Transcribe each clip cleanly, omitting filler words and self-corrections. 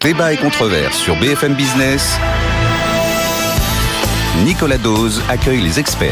Débat et controverse sur BFM Business. Nicolas Dose accueille les experts.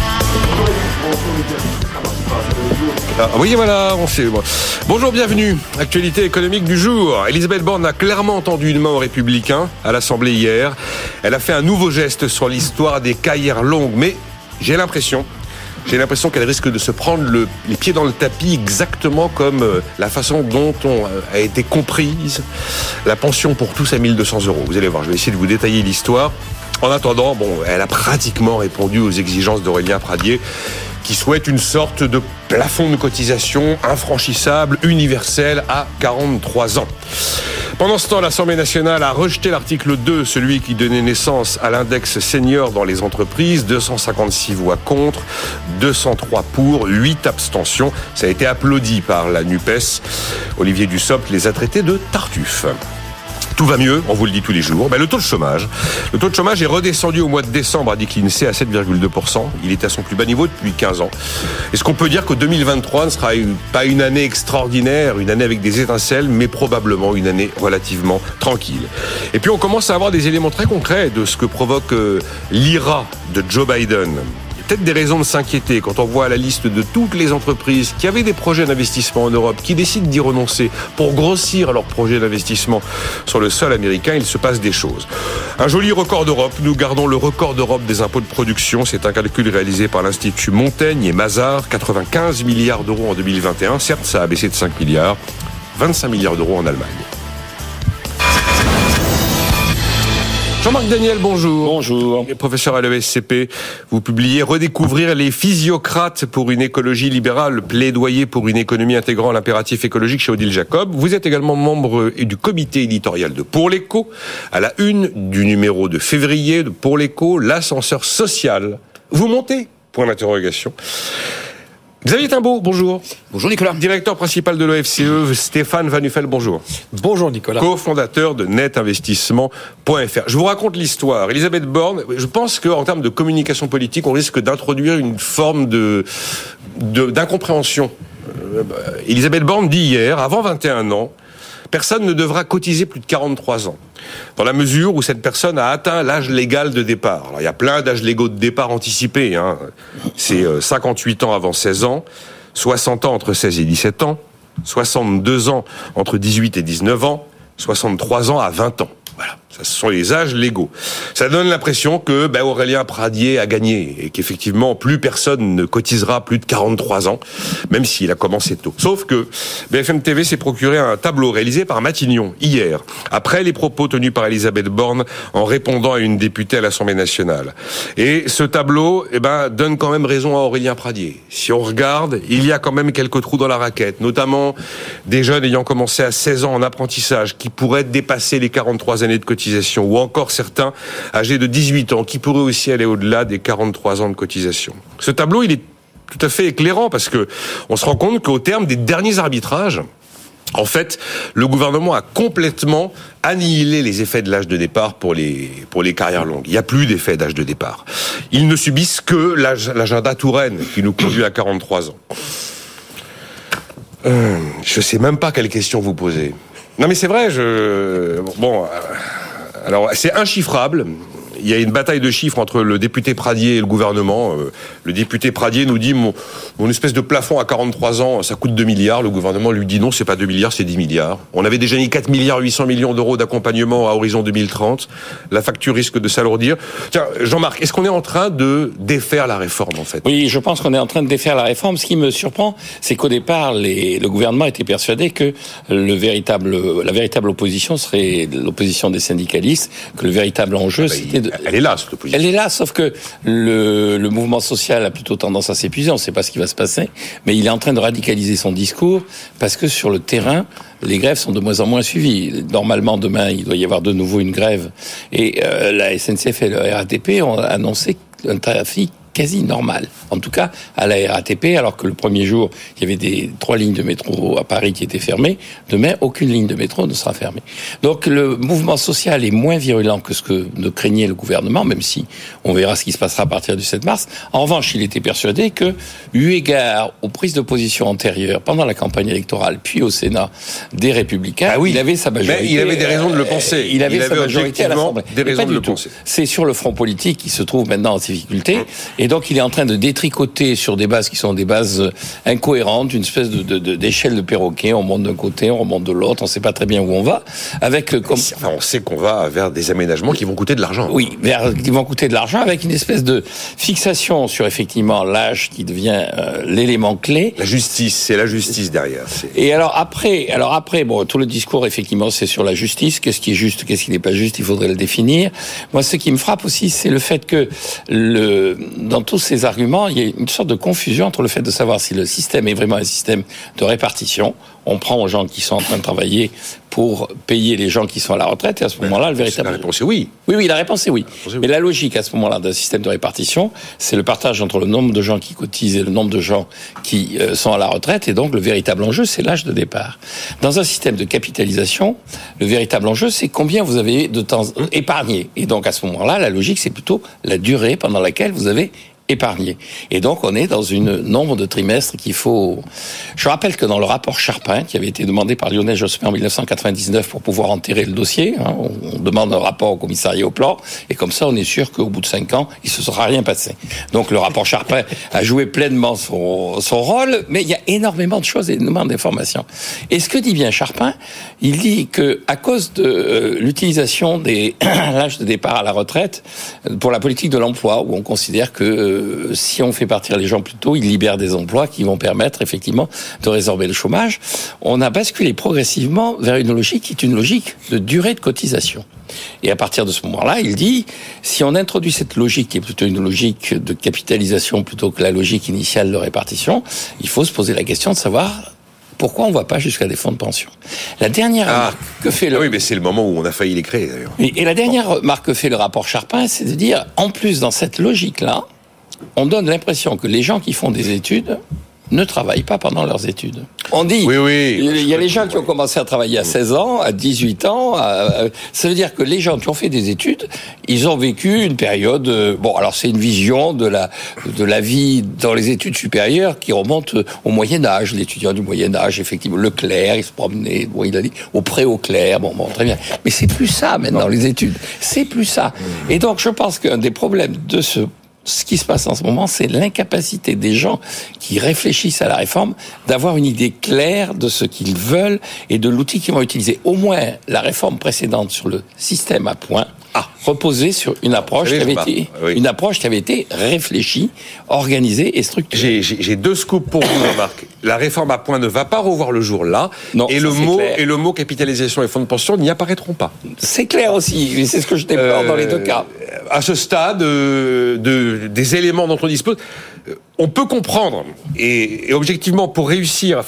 Oui, voilà, on sait. Bonjour, bienvenue. Actualité économique du jour. Elisabeth Borne a clairement tendu une main aux Républicains à l'Assemblée hier. Elle a fait un nouveau geste sur l'histoire des carrières longues, mais j'ai l'impression qu'elle risque de se prendre les pieds dans le tapis, exactement comme la façon dont a été comprise la pension pour tous à 1 200 €. Vous allez voir, je vais essayer de vous détailler l'histoire. En attendant, elle a pratiquement répondu aux exigences d'Aurélien Pradié, qui souhaite une sorte de plafond de cotisation infranchissable, universel, à 43 ans. Pendant ce temps, l'Assemblée nationale a rejeté l'article 2, celui qui donnait naissance à l'index senior dans les entreprises. 256 voix contre, 203 pour, 8 abstentions. Ça a été applaudi par la NUPES. Olivier Dussopt les a traités de tartuffes. Tout va mieux, on vous le dit tous les jours. Le taux de chômage est redescendu au mois de décembre, a dit l'INSEE, à 7,2%. Il est à son plus bas niveau depuis 15 ans. Est-ce qu'on peut dire que 2023 ne sera pas une année extraordinaire, une année avec des étincelles, mais probablement une année relativement tranquille? Et puis on commence à avoir des éléments très concrets de ce que provoque l'IRA de Joe Biden. Peut-être des raisons de s'inquiéter quand on voit la liste de toutes les entreprises qui avaient des projets d'investissement en Europe, qui décident d'y renoncer pour grossir leurs projets d'investissement sur le sol américain. Il se passe des choses. Un joli record d'Europe. Nous gardons le record d'Europe des impôts de production. C'est un calcul réalisé par l'Institut Montaigne et Mazars. 95 milliards d'euros en 2021. Certes, ça a baissé de 5 milliards. 25 milliards d'euros en Allemagne. Jean-Marc Daniel, bonjour. Bonjour. Professeur à l'ESCP, vous publiez « Redécouvrir les physiocrates pour une écologie libérale, plaidoyer pour une économie intégrant l'impératif écologique » chez Odile Jacob. Vous êtes également membre du comité éditorial de Pour l'écho, à la une du numéro de février de Pour l'écho, l'ascenseur social. Vous montez ? Point d'interrogation. Xavier Timbaud, bonjour. Bonjour Nicolas. Directeur principal de l'OFCE, Stéphane Van Nuffel, bonjour. Bonjour Nicolas. Co-fondateur de netinvestissement.fr. Je vous raconte l'histoire. Elisabeth Borne, je pense qu'en termes de communication politique, on risque d'introduire une forme d'incompréhension. Elisabeth Borne dit hier, avant 21 ans, personne ne devra cotiser plus de 43 ans. Dans la mesure où cette personne a atteint l'âge légal de départ. Alors, il y a plein d'âges légaux de départ anticipés. C'est 58 ans avant 16 ans, 60 ans entre 16 et 17 ans, 62 ans entre 18 et 19 ans, 63 ans à 20 ans. Voilà, ça, ce sont les âges légaux. Ça donne l'impression que Aurélien Pradié a gagné et qu'effectivement plus personne ne cotisera plus de 43 ans, même s'il a commencé tôt. Sauf que BFM TV s'est procuré un tableau réalisé par Matignon hier, après les propos tenus par Elisabeth Borne en répondant à une députée à l'Assemblée nationale. Et ce tableau, donne quand même raison à Aurélien Pradié. Si on regarde, il y a quand même quelques trous dans la raquette, notamment des jeunes ayant commencé à 16 ans en apprentissage qui pourraient dépasser les 43 années de cotisation, ou encore certains âgés de 18 ans qui pourraient aussi aller au-delà des 43 ans de cotisation. Ce tableau, il est tout à fait éclairant parce que on se rend compte qu'au terme des derniers arbitrages, en fait, le gouvernement a complètement annihilé les effets de l'âge de départ pour les carrières longues. Il n'y a plus d'effet d'âge de départ. Ils ne subissent que l'agenda Touraine qui nous conduit à 43 ans. Je sais même pas quelle question vous poser. Non mais c'est vrai, alors c'est inchiffrable. Il y a une bataille de chiffres entre le député Pradié et le gouvernement. Le député Pradié nous dit mon espèce de plafond à 43 ans, ça coûte 2 milliards. Le gouvernement lui dit non, c'est pas 2 milliards, c'est 10 milliards. On avait déjà mis 4 milliards 800 millions d'euros d'accompagnement à horizon 2030. La facture risque de s'alourdir. Tiens, Jean-Marc, est-ce qu'on est en train de défaire la réforme en fait ? Oui, je pense qu'on est en train de défaire la réforme. Ce qui me surprend, c'est qu'au départ, le gouvernement était persuadé que la véritable opposition serait l'opposition des syndicalistes, que le véritable enjeu c'était Elle est là, cette opposition. Elle est là, sauf que le mouvement social a plutôt tendance à s'épuiser. On ne sait pas ce qui va se passer, mais il est en train de radicaliser son discours parce que sur le terrain, les grèves sont de moins en moins suivies. Normalement, demain, il doit y avoir de nouveau une grève. Et la SNCF et le RATP ont annoncé un trafic quasi normal. en tout cas à la RATP, alors que le premier jour, il y avait 3 lignes de métro à Paris qui étaient fermées. Demain, aucune ligne de métro ne sera fermée. Donc le mouvement social est moins virulent que ce que ne craignait le gouvernement, même si on verra ce qui se passera à partir du 7 mars. En revanche, il était persuadé que, eu égard aux prises de position antérieures pendant la campagne électorale, puis au Sénat des Républicains, il avait sa majorité. Mais il avait des raisons de le penser. Il avait sa majorité à l'Assemblée. Des raisons de le penser. C'est sur le front politique qui se trouve maintenant en difficulté. Et donc, il est en train de détricoter sur des bases qui sont des bases incohérentes, une espèce d'échelle de perroquet. On monte d'un côté, on remonte de l'autre, on ne sait pas très bien où on va. On sait qu'on va vers des aménagements qui vont coûter de l'argent. Oui, qui vont coûter de l'argent, avec une espèce de fixation sur effectivement l'âge qui devient l'élément clé. La justice, c'est la justice derrière. Et alors après, bon, tout le discours effectivement, c'est sur la justice. Qu'est-ce qui est juste, qu'est-ce qui n'est pas juste, il faudrait le définir. Moi, ce qui me frappe aussi, c'est le fait que dans tous ces arguments, il y a une sorte de confusion entre le fait de savoir si le système est vraiment un système de répartition. On prend aux gens qui sont en train de travailler pour payer les gens qui sont à la retraite, et à ce moment-là, le véritable... La réponse est oui. Oui, la réponse est oui. Mais la logique, à ce moment-là, d'un système de répartition, c'est le partage entre le nombre de gens qui cotisent et le nombre de gens qui sont à la retraite, et donc le véritable enjeu, c'est l'âge de départ. Dans un système de capitalisation, le véritable enjeu, c'est combien vous avez de temps épargné. Et donc, à ce moment-là, la logique, c'est plutôt la durée pendant laquelle vous avez épargné. Et donc, on est dans une nombre de trimestres qu'il faut... Je rappelle que dans le rapport Charpin, qui avait été demandé par Lionel Jospin en 1999 pour pouvoir enterrer le dossier, on demande un rapport au commissariat au plan, et comme ça, on est sûr qu'au bout de 5 ans, il se sera rien passé. Donc, le rapport Charpin a joué pleinement son rôle, mais il y a énormément de choses, énormément d'informations. Et ce que dit bien Charpin, il dit que à cause de l'utilisation des l'âge de départ à la retraite, pour la politique de l'emploi, où on considère que si on fait partir les gens plus tôt, ils libèrent des emplois qui vont permettre effectivement de résorber le chômage. On a basculé progressivement vers une logique qui est une logique de durée de cotisation. Et à partir de ce moment-là, il dit, si on introduit cette logique qui est plutôt une logique de capitalisation plutôt que la logique initiale de répartition, il faut se poser la question de savoir pourquoi on ne va pas jusqu'à des fonds de pension. La dernière remarque que fait oui, mais c'est le moment où on a failli les créer d'ailleurs. Et la dernière remarque que fait le rapport Charpin, c'est de dire, en plus dans cette logique-là, on donne l'impression que les gens qui font des études ne travaillent pas pendant leurs études. On dit, il y a les gens qui ont commencé à travailler à 16 ans, à 18 ans, ça veut dire que les gens qui ont fait des études, ils ont vécu une période, alors c'est une vision de la vie dans les études supérieures qui remonte au Moyen-Âge, l'étudiant du Moyen-Âge, effectivement, Leclerc, il se promenait, il a dit, au Pré-Auclair, très bien. Mais c'est plus ça, maintenant, les études. C'est plus ça. Et donc, je pense qu'un des problèmes de ce qui se passe en ce moment, c'est l'incapacité des gens qui réfléchissent à la réforme d'avoir une idée claire de ce qu'ils veulent et de l'outil qu'ils vont utiliser. Au moins, la réforme précédente sur le système à points reposait sur une approche qui avait été réfléchie, organisée et structurée. J'ai 2 scoops pour vous, Jean-Marc. La réforme à points ne va pas revoir le jour là. Non, et le mot capitalisation et fonds de pension n'y apparaîtront pas. C'est clair aussi, mais c'est ce que je déplore dans les 2 cas. À ce stade, des éléments dont on dispose, on peut comprendre. Et objectivement, pour réussir,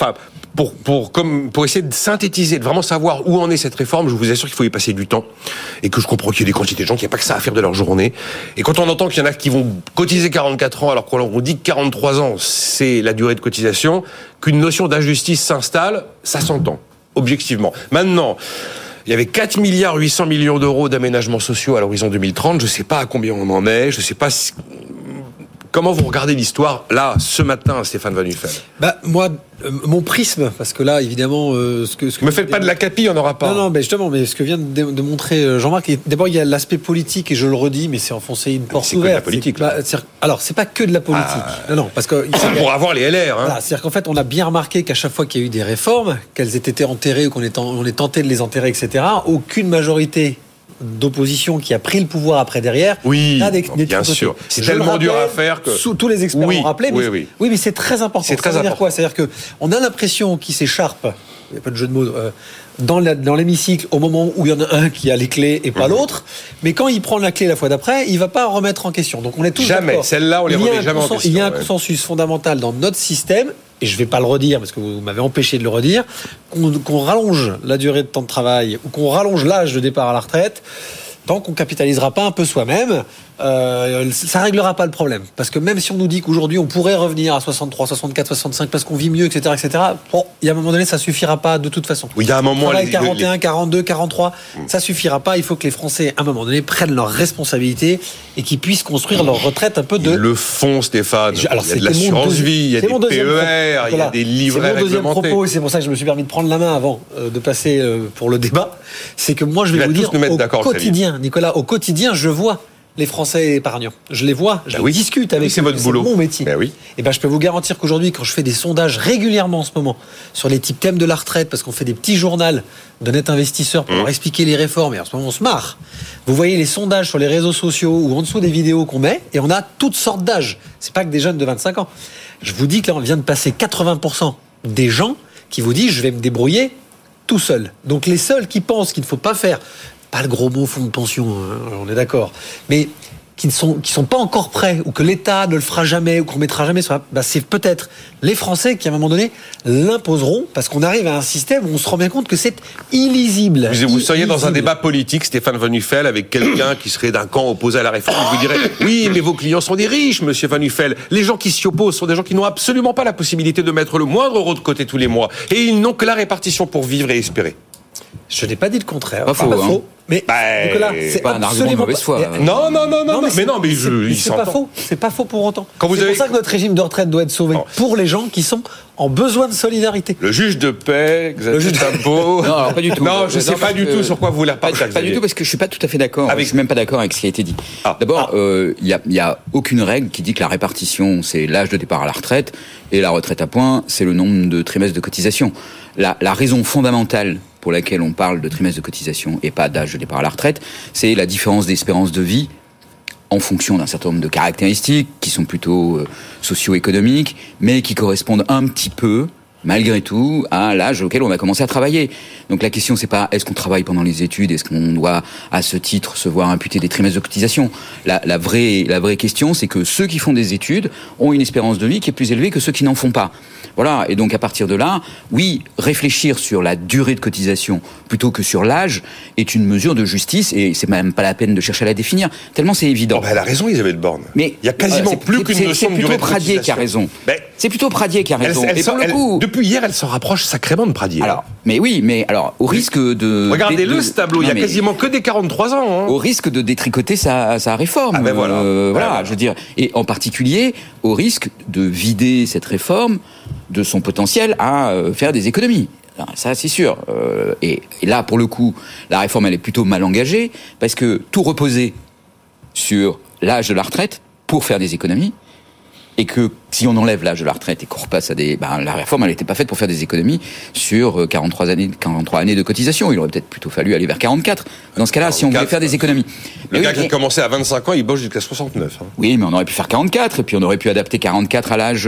pour essayer de synthétiser, de vraiment savoir où en est cette réforme, je vous assure qu'il faut y passer du temps. Et que je comprends qu'il y a des quantités de gens qui n'ont pas que ça à faire de leur journée. Et quand on entend qu'il y en a qui vont cotiser 44 ans, alors qu'on dit que 43 ans, c'est la durée de cotisation, qu'une notion d'injustice s'installe, ça s'entend, objectivement. Maintenant, il y avait 4 milliards 800 millions d'euros d'aménagements sociaux à l'horizon 2030. Je ne sais pas à combien on en est. Je ne sais pas comment vous regardez l'histoire, là, ce matin, Stéphane Van Nuffel. Moi, mon prisme, parce que là, évidemment... Me faites pas de la capi, on n'aura pas. Non, mais justement, mais ce que vient de montrer Jean-Marc, d'abord, il y a l'aspect politique, et je le redis, mais c'est enfoncer une porte ouverte. C'est que de la politique. Alors, c'est pas que de la politique. Non, parce que... pour avoir les LR. Voilà, c'est-à-dire qu'en fait, on a bien remarqué qu'à chaque fois qu'il y a eu des réformes, qu'elles aient été enterrées ou qu'on est tenté de les enterrer, etc., aucune majorité d'opposition qui a pris le pouvoir après derrière. Oui, bien sûr. C'est tellement dur à faire que... Tous les experts l'ont rappelé. Oui, mais c'est très important. C'est très important. Quoi ? C'est-à-dire qu'on a l'impression qu'il s'écharpe, il n'y a pas de jeu de mots, dans l'hémicycle au moment où il y en a un qui a les clés et pas l'autre, mais quand il prend la clé la fois d'après, il ne va pas remettre en question. Donc on est tous jamais. D'accord. Celle-là, on les remet jamais en question. Il y a un consensus fondamental dans notre système, et je ne vais pas le redire parce que vous m'avez empêché de le redire, qu'on rallonge la durée de temps de travail ou qu'on rallonge l'âge de départ à la retraite. Tant qu'on ne capitalisera pas un peu soi-même, ça réglera pas le problème. Parce que même si on nous dit qu'aujourd'hui on pourrait revenir à 63, 64, 65 parce qu'on vit mieux, etc., bon, il y a un moment donné, ça suffira pas de toute façon. Oui, il y a un moment... 41, 42, 43, ça suffira pas. Il faut que les Français, à un moment donné, prennent leurs responsabilités et qu'ils puissent construire leur retraite un peu de... Ils le font, Stéphane. Alors, il y a de l'assurance vie, il y a des PER, il y a des livrets réglementés. C'est mon deuxième propos et c'est pour ça que je me suis permis de prendre la main avant de passer pour le débat. C'est que moi, je vais vous dire, au quotidien, Nicolas, au quotidien, je vois les Français épargnants. Je les vois, je discute avec eux. C'est votre boulot. C'est mon métier. Oui. Et je peux vous garantir qu'aujourd'hui, quand je fais des sondages régulièrement en ce moment sur les types thèmes de la retraite, parce qu'on fait des petits journaux de net investisseurs pour leur expliquer les réformes, et en ce moment on se marre. Vous voyez les sondages sur les réseaux sociaux ou en dessous des vidéos qu'on met, et on a toutes sortes d'âges. C'est pas que des jeunes de 25 ans. Je vous dis que là, on vient de passer 80% des gens qui vous disent je vais me débrouiller tout seul. Donc les seuls qui pensent qu'il ne faut pas faire, pas le gros mot fonds de pension, hein, on est d'accord, mais qui ne sont pas encore prêts, ou que l'État ne le fera jamais, ou qu'on ne mettra jamais sur c'est peut-être les Français qui, à un moment donné, l'imposeront, parce qu'on arrive à un système où on se rend bien compte que c'est illisible. Vous seriez dans un débat politique, Stéphane Van Nuffel, avec quelqu'un qui serait d'un camp opposé à la réforme, il vous dirait « Oui, mais vos clients sont des riches, monsieur Van Nuffel. Les gens qui s'y opposent sont des gens qui n'ont absolument pas la possibilité de mettre le moindre euro de côté tous les mois, et ils n'ont que la répartition pour vivre et espérer. » Je n'ai pas dit le contraire. Pas faux, hein. Mais Nicolas, c'est pas un argument de mauvaise foi. Non, mais c'est pas faux. C'est pas faux pour autant. C'est pour ça que notre régime de retraite doit être sauvé pour les gens qui sont en besoin de solidarité. Le juge de paix, Xavier Timbaud. Non, alors pas du tout. Non, je ne sais pas du tout sur quoi vous voulez repartir. Pas du tout, parce que je suis pas tout à fait d'accord. Je suis même pas d'accord avec ce qui a été dit. D'abord, il y a aucune règle qui dit que la répartition, c'est l'âge de départ à la retraite, et la retraite à points, c'est le nombre de trimestres de cotisation. La raison fondamentale pour laquelle on parle de trimestres de cotisation et pas d'âge de départ à la retraite, c'est la différence d'espérance de vie en fonction d'un certain nombre de caractéristiques qui sont plutôt socio-économiques, mais qui correspondent un petit peu, malgré tout, à l'âge auquel on a commencé à travailler. Donc la question, c'est pas est-ce qu'on travaille pendant les études, est-ce qu'on doit, à ce titre, se voir imputer des trimestres de cotisation. La vraie question, c'est que ceux qui font des études ont une espérance de vie qui est plus élevée que ceux qui n'en font pas. Voilà, et donc à partir de là, oui, réfléchir sur la durée de cotisation plutôt que sur l'âge est une mesure de justice, et c'est même pas la peine de chercher à la définir, tellement c'est évident. Elle a raison, Isabelle Borne. Mais il y a quasiment plus qu'une notion de durée de cotisation. C'est plutôt Pradier qui a raison. C'est plutôt Pradier qui a raison. Et pour le coup, depuis hier, elle s'en rapproche sacrément de Pradier. Alors, au risque de... Regardez-le, ce tableau, il y a quasiment que des 43 ans. Hein. Au risque de détricoter sa réforme. Voilà, je veux dire. Et en particulier, au risque de vider cette réforme de son potentiel à faire des économies. Ça, c'est sûr. Et là, pour le coup, la réforme, elle est plutôt mal engagée, parce que tout reposait sur l'âge de la retraite pour faire des économies, et que si on enlève l'âge de la retraite et qu'on repasse à la réforme, elle n'était pas faite pour faire des économies sur 43 années de cotisation. Il aurait peut-être plutôt fallu aller vers 44. Dans ce cas-là, si on voulait faire des économies. Le gars qui a commencé à 25 ans, il bosse jusqu'à 69. Hein. Oui, mais on aurait pu faire 44, et puis on aurait pu adapter 44 à l'âge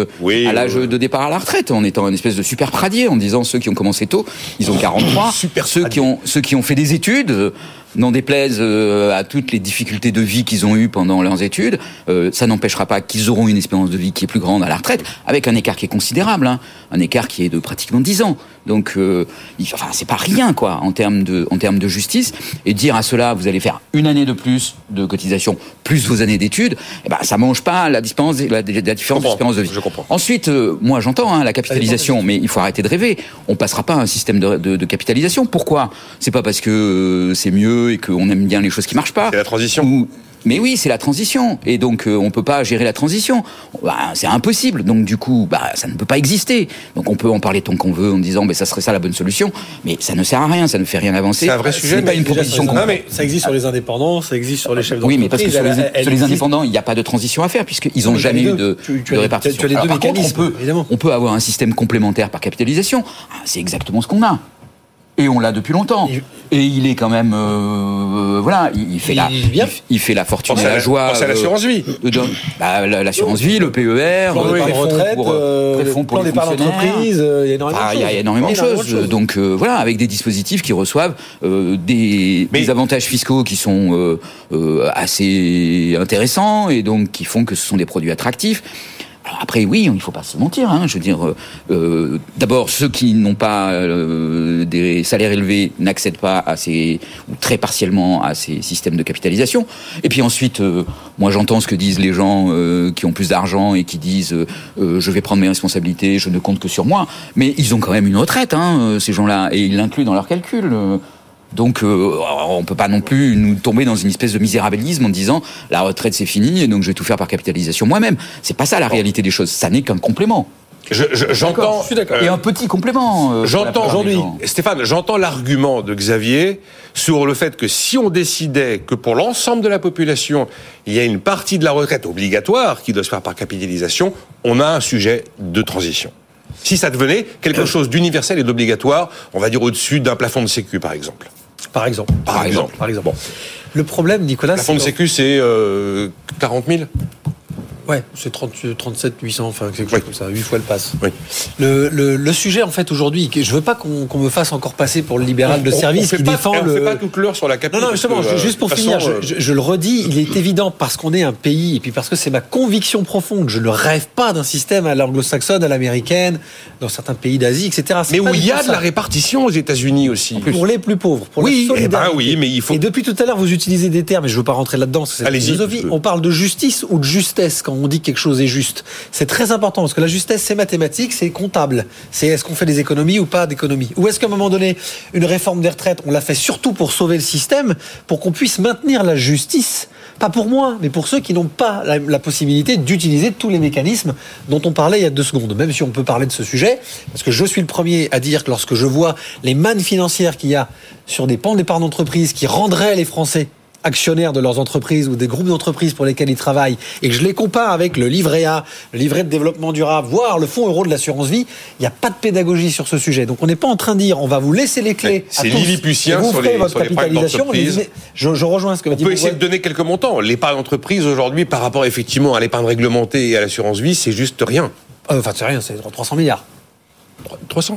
de départ à la retraite, en étant une espèce de super Pradier, en disant ceux qui ont commencé tôt, ils ont 43. Ceux qui ont fait des études, n'en déplaise à toutes les difficultés de vie qu'ils ont eues pendant leurs études, ça n'empêchera pas qu'ils auront une espérance de vie qui est plus grande à la retraite, avec un écart qui est considérable, hein, un écart qui est de pratiquement 10 ans. Donc, c'est pas rien, quoi, en termes de justice. Et dire à cela, vous allez faire une année de plus de cotisation, plus vos années d'études, ça mange pas la différence d'espérance de vie. Je comprends. Ensuite, moi j'entends la capitalisation, mais il faut arrêter de rêver. On passera pas à un système de capitalisation. Pourquoi ? C'est pas parce que c'est mieux et qu'on aime bien les choses qui marchent pas. C'est la transition. Mais oui, c'est la transition. Et donc, on peut pas gérer la transition. C'est impossible. Donc, du coup, ça ne peut pas exister. Donc, on peut en parler tant qu'on veut en disant, ça serait ça la bonne solution. Mais ça ne sert à rien, ça ne fait rien avancer. C'est un vrai sujet. C'est pas une proposition concrète. Mais ça existe sur les indépendants, ça existe sur les chefs d'entreprise. Oui, mais parce que sur les indépendants, il n'y a pas de transition à faire, puisqu'ils n'ont jamais eu de répartition. Tu as les deux mécanismes, évidemment. On peut avoir un système complémentaire par capitalisation. C'est exactement ce qu'on a. Et on l'a depuis longtemps. Et il est quand même, il fait la fortune et la joie. C'est l'assurance vie. L'assurance vie, le PER, le retraite, le fonds pour les fonctionnaires. Il y a énormément de choses. Il y a énormément de choses. Donc avec des dispositifs qui reçoivent des avantages fiscaux qui sont assez intéressants et donc qui font que ce sont des produits attractifs. Alors après, oui, il ne faut pas se mentir. Je veux dire, d'abord, ceux qui n'ont pas des salaires élevés n'accèdent pas à ou très partiellement à ces systèmes de capitalisation. Et puis ensuite, moi j'entends ce que disent les gens qui ont plus d'argent et qui disent je vais prendre mes responsabilités, je ne compte que sur moi. Mais ils ont quand même une retraite, ces gens-là, et ils l'incluent dans leurs calculs. Donc on peut pas non plus nous tomber dans une espèce de misérabilisme en disant la retraite c'est fini et donc je vais tout faire par capitalisation moi-même. C'est pas ça la réalité des choses. Ça n'est qu'un complément. J'entends. Je suis d'accord. Et un petit complément. J'entends aujourd'hui, Stéphane. J'entends l'argument de Xavier sur le fait que si on décidait que pour l'ensemble de la population il y a une partie de la retraite obligatoire qui doit se faire par capitalisation, on a un sujet de transition. Si ça devenait quelque chose d'universel et d'obligatoire, on va dire au-dessus d'un plafond de sécu, par exemple. Par exemple. Bon. Le problème, Nicolas, le plafond de sécu, c'est 40 000 ? Ouais, c'est 37 800, enfin quelque chose comme ça, 8 fois le passe. Oui. Le sujet en fait aujourd'hui, je veux pas qu'on me fasse encore passer pour le libéral de service qui défend on fait pas toute l'heure sur la capitale. Non, justement, juste pour finir, je le redis, il est évident parce qu'on est un pays et puis parce que c'est ma conviction profonde, je ne rêve pas d'un système à l'anglo-saxonne, à l'américaine, dans certains pays d'Asie, etc. Mais où il y a de la répartition aux États-Unis aussi. Pour les plus pauvres, pour la solidarité. Mais il faut. Et depuis tout à l'heure, vous utilisez des termes, et je veux pas rentrer là-dedans, parce que c'est la philosophie. On parle de justice ou de justesse quand on dit que quelque chose est juste. C'est très important parce que la justesse, c'est mathématique, c'est comptable. C'est est-ce qu'on fait des économies ou pas d'économies. Ou est-ce qu'à un moment donné, une réforme des retraites, on l'a fait surtout pour sauver le système, pour qu'on puisse maintenir la justice, pas pour moi, mais pour ceux qui n'ont pas la possibilité d'utiliser tous les mécanismes dont on parlait il y a 2 secondes. Même si on peut parler de ce sujet, parce que je suis le premier à dire que lorsque je vois les mannes financières qu'il y a sur des pans d'épargne d'entreprise qui rendraient les Français actionnaires de leurs entreprises ou des groupes d'entreprises pour lesquels ils travaillent, et que je les compare avec le livret A, le livret de développement durable, voire le fonds euro de l'assurance vie, il n'y a pas de pédagogie sur ce sujet. Donc on n'est pas en train de dire on va vous laisser les clés. C'est lilliputien sur les capitalisations. Je rejoins ce que on peut essayer de donner quelques montants. L'épargne d'entreprise aujourd'hui par rapport effectivement à l'épargne réglementée et à l'assurance vie, c'est juste rien. Enfin c'est rien, c'est 300 milliards. 300 ?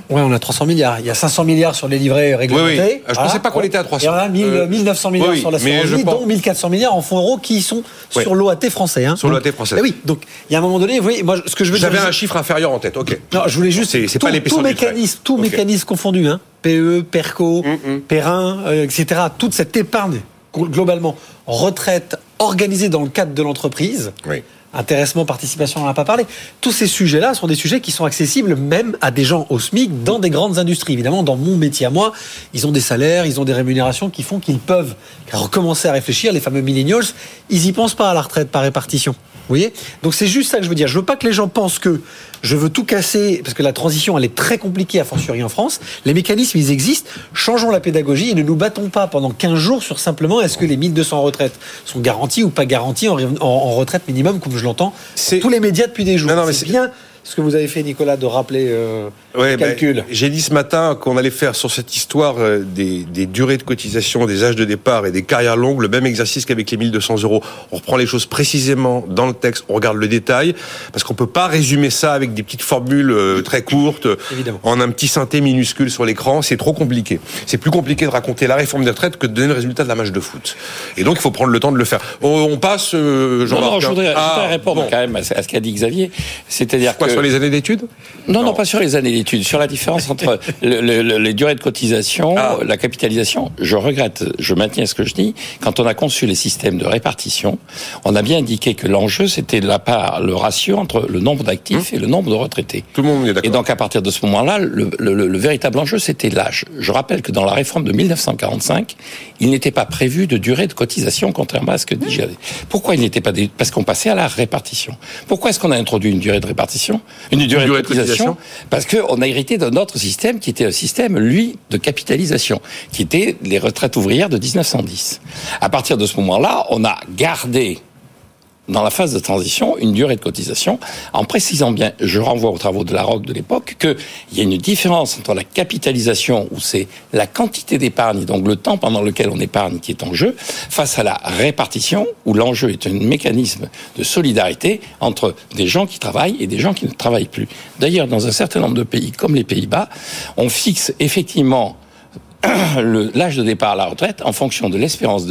Oui, on a 300 milliards. Il y a 500 milliards sur les livrets réglementés. Oui. Je ne pensais pas qu'on était à 300. Il y en a 1900 milliards sur l'assurance vie, dont 1400 milliards en fonds euros qui sont sur l'OAT français. Sur l'OAT français. Oui, donc il y a un moment donné, vous voyez, moi, ce que je veux dire. J'avais un chiffre inférieur en tête, ok. Non, je voulais juste. C'est pas l'épaisseur du trait. Tout mécanisme confondu, PE, PERCO, Perrin, etc. Toute cette épargne, globalement, retraite organisée dans le cadre de l'entreprise. Oui. Intéressement, participation, on n'en a pas parlé. Tous ces sujets-là sont des sujets qui sont accessibles même à des gens au SMIC dans des grandes industries. Évidemment, dans mon métier à moi, ils ont des salaires, ils ont des rémunérations qui font qu'ils peuvent recommencer à réfléchir. Les fameux millennials, ils y pensent pas à la retraite par répartition. Vous voyez ? Donc c'est juste ça que je veux dire. Je veux pas que les gens pensent que je veux tout casser, parce que la transition, elle est très compliquée, a fortiori en France. Les mécanismes, ils existent. Changeons la pédagogie et ne nous battons pas pendant 15 jours sur simplement est-ce que les 1200 retraites sont garanties ou pas garanties en retraite minimum, comme je l'entends tous les médias depuis des jours. C'est bien ce que vous avez fait, Nicolas, de rappeler le calcul. J'ai dit ce matin qu'on allait faire sur cette histoire des durées de cotisation, des âges de départ et des carrières longues, le même exercice qu'avec les 1200 €. On reprend les choses précisément dans le texte, on regarde le détail, parce qu'on peut pas résumer ça avec des petites formules très courtes, en un petit synthé minuscule sur l'écran, c'est trop compliqué. C'est plus compliqué de raconter la réforme des retraites que de donner le résultat de la match de foot. Et donc il faut prendre le temps de le faire. On passe, Jean-Marc. Je voudrais répondre quand même à ce qu'a dit Xavier. C'est-à-dire que sur les années d'études ? Non, pas sur les années d'études. Sur la différence entre les durées de cotisation, la capitalisation. Je regrette, je maintiens ce que je dis. Quand on a conçu les systèmes de répartition, on a bien indiqué que l'enjeu, c'était de la part, le ratio entre le nombre d'actifs et le nombre de retraités. Tout le monde est d'accord. Et donc, à partir de ce moment-là, le véritable enjeu, c'était l'âge. Je rappelle que dans la réforme de 1945, il n'était pas prévu de durée de cotisation, contrairement à ce que dit Jadet. Pourquoi il n'était pas parce qu'on passait à la répartition. Pourquoi est-ce qu'on a introduit une durée de répartition? Une durée de cotisation? Parce qu'on a hérité d'un autre système qui était un système, lui, de capitalisation, qui était les retraites ouvrières de 1910. À partir de ce moment-là, on a gardé dans la phase de transition une durée de cotisation, en précisant bien, je renvoie aux travaux de Larocque de l'époque, qu'il y a une différence entre la capitalisation, où c'est la quantité d'épargne, donc le temps pendant lequel on épargne qui est en jeu, face à la répartition, où l'enjeu est un mécanisme de solidarité entre des gens qui travaillent et des gens qui ne travaillent plus. D'ailleurs, dans un certain nombre de pays, comme les Pays-Bas, on fixe effectivement l'âge de départ à la retraite en fonction de l'espérance de vie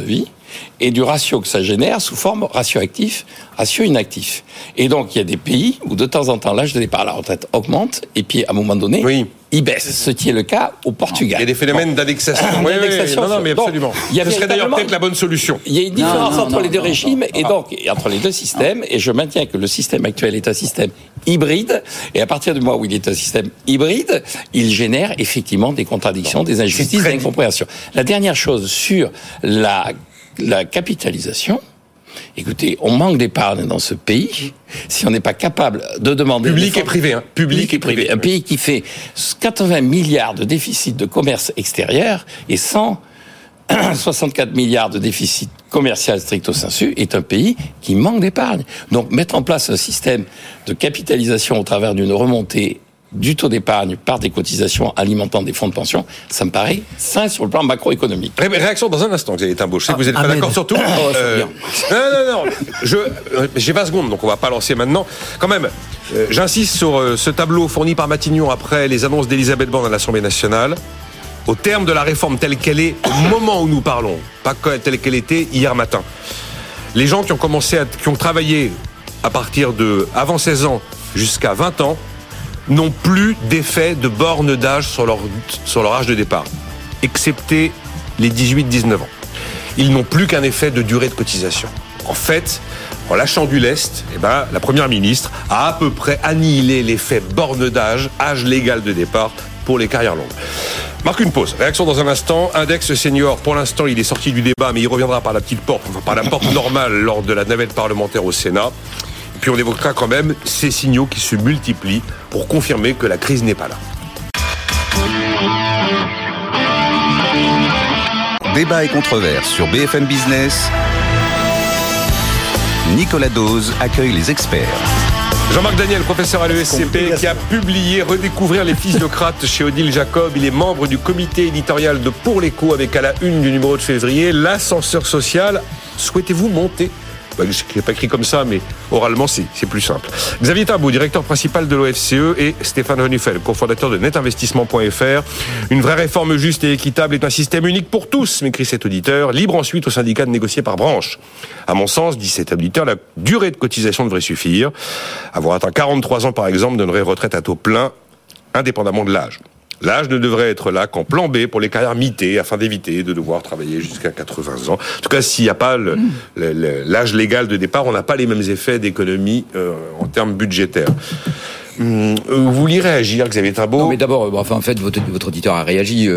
et du ratio que ça génère sous forme ratio actif, ratio inactif. Et donc, il y a des pays où de temps en temps, l'âge de départ à la retraite augmente, et puis à un moment donné, il baisse. Ce qui est le cas au Portugal. Il y a des phénomènes d'indexation. Oui, non, mais absolument. Ce serait d'ailleurs peut-être la bonne solution. Il y a une différence entre les deux régimes et donc entre les deux systèmes. Et je maintiens que le système actuel est un système hybride. Et à partir du moment où il est un système hybride, il génère effectivement des contradictions, des injustices, des incompréhensions. La dernière chose sur la capitalisation. Écoutez, on manque d'épargne dans ce pays si on n'est pas capable de demander... Public et privé. Public et privé. Un pays qui fait 80 milliards de déficit de commerce extérieur et 164 milliards de déficit commercial stricto sensu est un pays qui manque d'épargne. Donc mettre en place un système de capitalisation au travers d'une remontée du taux d'épargne par des cotisations alimentant des fonds de pension, ça me paraît sain sur le plan macroéconomique. Réaction dans un instant, Xavier Timbaud. Je sais que vous n'êtes pas d'accord sur tout. Non. J'ai 20 secondes, donc on ne va pas lancer maintenant. Quand même, j'insiste sur ce tableau fourni par Matignon après les annonces d'Elisabeth Borne à l'Assemblée nationale. Au terme de la réforme telle qu'elle est, au moment où nous parlons, pas telle qu'elle était hier matin, les gens qui ont travaillé à partir de avant 16 ans jusqu'à 20 ans, n'ont plus d'effet de borne d'âge sur leur âge de départ, excepté les 18-19 ans. Ils n'ont plus qu'un effet de durée de cotisation. En fait, en lâchant du lest, la Première ministre a à peu près annihilé l'effet borne d'âge, âge légal de départ pour les carrières longues. Marque une pause. Réaction dans un instant. Index senior, pour l'instant, il est sorti du débat, mais il reviendra par la petite porte, par la porte normale lors de la navette parlementaire au Sénat. Puis on évoquera quand même ces signaux qui se multiplient pour confirmer que la crise n'est pas là. Débat et controverse sur BFM Business. Nicolas Dose accueille les experts. Jean-Marc Daniel, professeur à l'ESCP, qui a publié Redécouvrir les physiocrates chez Odile Jacob. Il est membre du comité éditorial de Pour l'Écho, avec à la une du numéro de février l'ascenseur social. Souhaitez-vous monter ? Je n'ai pas écrit comme ça, mais oralement, c'est plus simple. Xavier Timbaud, directeur principal de l'OFCE, et Stéphane Honufel, cofondateur de netinvestissement.fr. Une vraie réforme juste et équitable est un système unique pour tous, m'écrit cet auditeur, libre ensuite au syndicat de négocier par branche. À mon sens, dit cet auditeur, la durée de cotisation devrait suffire. Avoir atteint 43 ans, par exemple, donnerait retraite à taux plein, indépendamment de l'âge. L'âge ne devrait être là qu'en plan B pour les carrières mitées, afin d'éviter de devoir travailler jusqu'à 80 ans. En tout cas, s'il n'y a pas l'âge légal de départ, on n'a pas les mêmes effets d'économie en termes budgétaires. Vous vouliez réagir, Xavier Timbaud ? Non, mais d'abord, en fait, votre auditeur a réagi.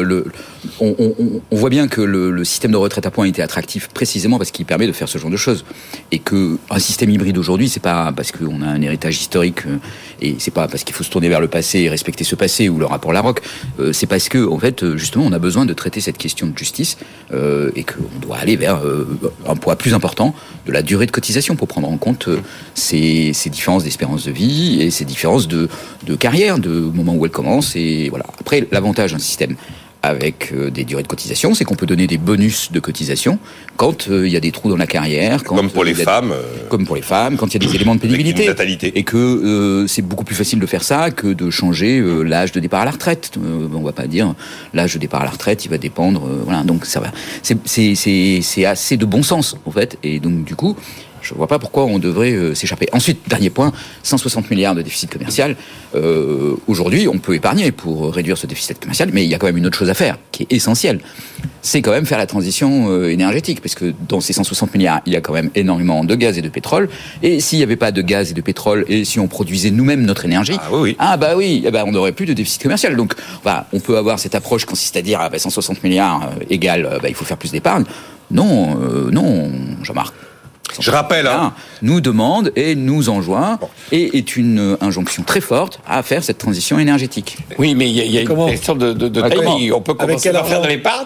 On voit bien que le système de retraite à points était attractif précisément parce qu'il permet de faire ce genre de choses. Et que un système hybride aujourd'hui, c'est pas parce qu'on a un héritage historique et c'est pas parce qu'il faut se tourner vers le passé et respecter ce passé ou le rapport Larocque. C'est parce que, en fait, justement, on a besoin de traiter cette question de justice et qu'on doit aller vers un poids plus important de la durée de cotisation pour prendre en compte ces différences d'espérance de vie et ces différences de carrière, de moment où elle commence. Et voilà. Après, l'avantage d'un système avec des durées de cotisation, c'est qu'on peut donner des bonus de cotisation quand il y a des trous dans la carrière. Comme pour les femmes. Comme pour les femmes, quand il y a des éléments de pénibilité. Natalité. Et que c'est beaucoup plus facile de faire ça que de changer l'âge de départ à la retraite. On va pas dire l'âge de départ à la retraite, il va dépendre. Voilà, donc ça va. C'est assez de bon sens, en fait. Et donc, du coup, je ne vois pas pourquoi on devrait s'échapper. Ensuite, dernier point, 160 milliards de déficit commercial. Aujourd'hui, on peut épargner pour réduire ce déficit commercial, mais il y a quand même une autre chose à faire, qui est essentielle. C'est quand même faire la transition énergétique, parce que dans ces 160 milliards, il y a quand même énormément de gaz et de pétrole. Et s'il n'y avait pas de gaz et de pétrole, et si on produisait nous-mêmes notre énergie, on n'aurait plus de déficit commercial. Donc, on peut avoir cette approche qui consiste à dire 160 milliards égale, il faut faire plus d'épargne. Non, Jean-Marc. Je rappelle, nous demande et nous enjoint et est une injonction très forte à faire cette transition énergétique. Oui, mais il y a une question de taille. On peut commencer par faire de l'épargne.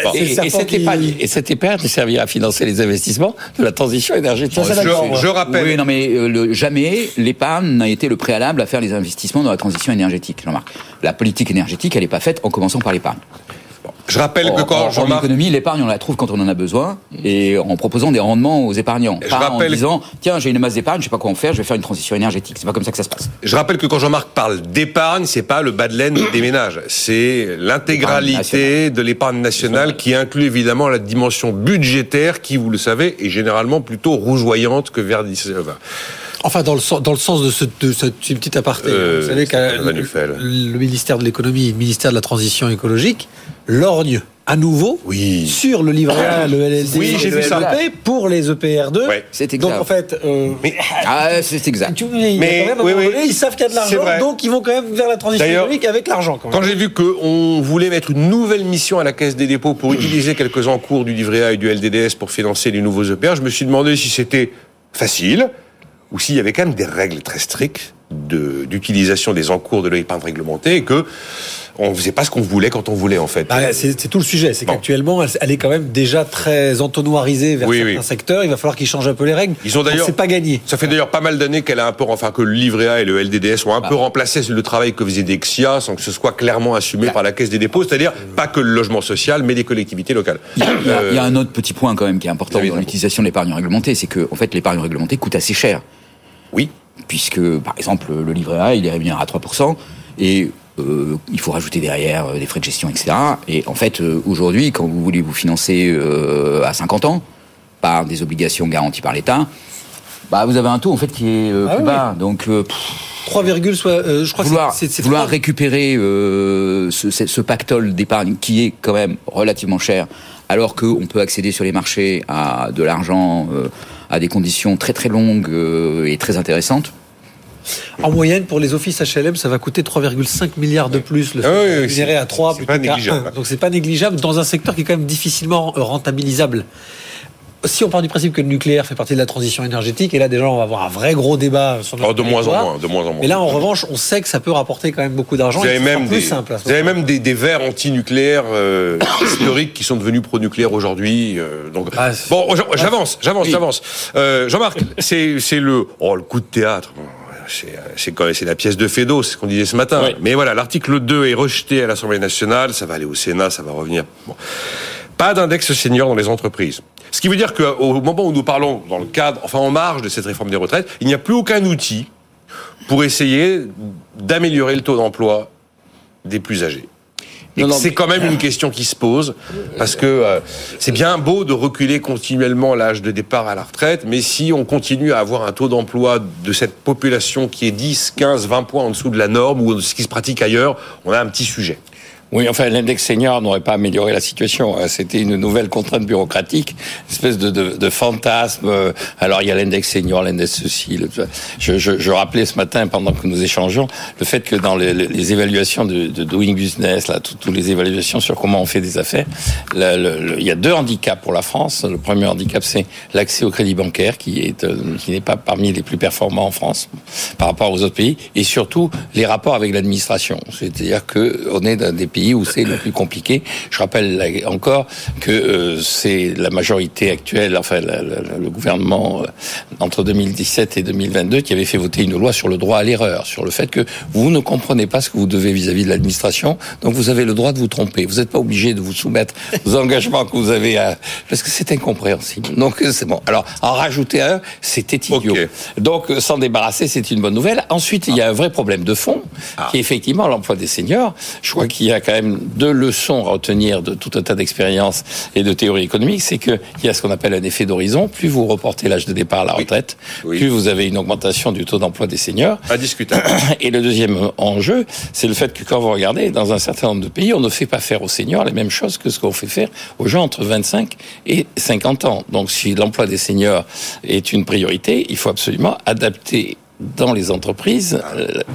Et cette épargne servira à financer les investissements de la transition énergétique. Je rappelle. Oui, non, mais jamais l'épargne n'a été le préalable à faire les investissements dans la transition énergétique, Jean-Marc. La politique énergétique, elle n'est pas faite en commençant par l'épargne. Je rappelle que quand en économie, l'épargne, on la trouve quand on en a besoin et en proposant des rendements aux épargnants. En disant, tiens, j'ai une masse d'épargne, je sais pas quoi en faire, je vais faire une transition énergétique. C'est pas comme ça que ça se passe. Je rappelle que quand Jean-Marc parle d'épargne, c'est pas le bas de laine des ménages. C'est l'intégralité de l'épargne nationale qui inclut évidemment la dimension budgétaire qui, vous le savez, est généralement plutôt rougeoyante que verdissante. Enfin, dans le sens de cette petite aparté. Vous savez que le ministère de l'économie et le ministère de la transition écologique lorgnent à nouveau sur le livret A, le LLD, j'ai vu ça. pour les EPR2. Ouais. C'est exact. Donc en fait, c'est exact. Ils savent qu'il y a de l'argent, donc ils vont quand même vers la transition économique avec l'argent. Quand j'ai vu qu'on voulait mettre une nouvelle mission à la Caisse des dépôts pour utiliser quelques encours du livret A et du LDDS pour financer les nouveaux EPR, je me suis demandé si c'était facile ou s'il y avait quand même des règles très strictes d'utilisation des encours de l'épargne réglementée et que on faisait pas ce qu'on voulait quand on voulait en fait. C'est tout le sujet, c'est qu'actuellement elle est quand même déjà très entonnoirisée vers certains secteurs. Il va falloir qu'ils changent un peu les règles. Ils ont d'ailleurs, c'est pas gagné. Ça fait d'ailleurs pas mal d'années que le livret A et le LDDS ont un peu remplacé le travail que faisait Dexia sans que ce soit clairement assumé par la Caisse des dépôts, c'est-à-dire pas que le logement social mais les collectivités locales. Il y a un autre petit point quand même qui est important dans l'utilisation de l'épargne réglementée, c'est que en fait l'épargne réglementée coûte assez cher. Oui. Puisque, par exemple, le livret A, il est rémunéré à 3%, et il faut rajouter derrière des frais de gestion, etc. Et en fait, aujourd'hui, quand vous voulez vous financer à 50 ans, par des obligations garanties par l'État, vous avez un taux, en fait, qui est plus bas. Donc, 3, je crois que c'est vouloir récupérer ce pactole d'épargne qui est quand même relativement cher, alors qu'on peut accéder sur les marchés à de l'argent à des conditions très très longues et très intéressantes. En moyenne, pour les offices HLM, ça va coûter 3,5 milliards de plus. Le fait généré à 3 plutôt qu'à 1. Donc c'est pas négligeable dans un secteur qui est quand même difficilement rentabilisable. Si on part du principe que le nucléaire fait partie de la transition énergétique, et là déjà on va avoir un vrai gros débat sur notre de moins en moins. Mais là en revanche, on sait que ça peut rapporter quand même beaucoup d'argent. Vous avez même des verts anti-nucléaires historiques qui sont devenus pro-nucléaires aujourd'hui. J'avance. Jean-Marc, c'est le coup de théâtre. C'est la pièce de Fédot, c'est ce qu'on disait ce matin. Oui. Mais voilà, l'article 2 est rejeté à l'Assemblée nationale, ça va aller au Sénat, ça va revenir. Pas d'index senior dans les entreprises. Ce qui veut dire qu'au moment où nous parlons dans le cadre, en marge de cette réforme des retraites, il n'y a plus aucun outil pour essayer d'améliorer le taux d'emploi des plus âgés. Et c'est quand même une question qui se pose, parce que c'est bien beau de reculer continuellement l'âge de départ à la retraite, mais si on continue à avoir un taux d'emploi de cette population qui est 10, 15, 20 points en dessous de la norme ou de ce qui se pratique ailleurs, on a un petit sujet. Oui, enfin, l'index senior n'aurait pas amélioré la situation. C'était une nouvelle contrainte bureaucratique, une espèce de fantasme. Alors, il y a l'index senior, l'index ceci. Je rappelais ce matin, pendant que nous échangeons, le fait que dans les évaluations de Doing Business, là, toutes les évaluations sur comment on fait des affaires, il y a 2 handicaps pour la France. Le premier handicap, c'est l'accès au crédit bancaire, qui n'est pas parmi les plus performants en France par rapport aux autres pays, et surtout les rapports avec l'administration. C'est-à-dire que on est dans des pays où c'est le plus compliqué. Je rappelle encore que c'est la majorité actuelle, enfin le gouvernement entre 2017 et 2022 qui avait fait voter une loi sur le droit à l'erreur, sur le fait que vous ne comprenez pas ce que vous devez vis-à-vis de l'administration, donc vous avez le droit de vous tromper. Vous n'êtes pas obligé de vous soumettre aux engagements que vous avez parce que c'est incompréhensible. Donc c'est bon. Alors en rajouter un, c'était idiot. Okay. Donc s'en débarrasser, c'est une bonne nouvelle. Ensuite, il y a un vrai problème de fond, qui est effectivement l'emploi des seniors. Je crois qu'il y a quand même 2 leçons à retenir de tout un tas d'expériences et de théories économiques, c'est qu'il y a ce qu'on appelle un effet d'horizon. Plus vous reportez l'âge de départ à la retraite, plus vous avez une augmentation du taux d'emploi des seniors. Indiscutable. Et le deuxième enjeu, c'est le fait que quand vous regardez, dans un certain nombre de pays, on ne fait pas faire aux seniors les mêmes choses que ce qu'on fait faire aux gens entre 25 et 50 ans. Donc si l'emploi des seniors est une priorité, il faut absolument adapter dans les entreprises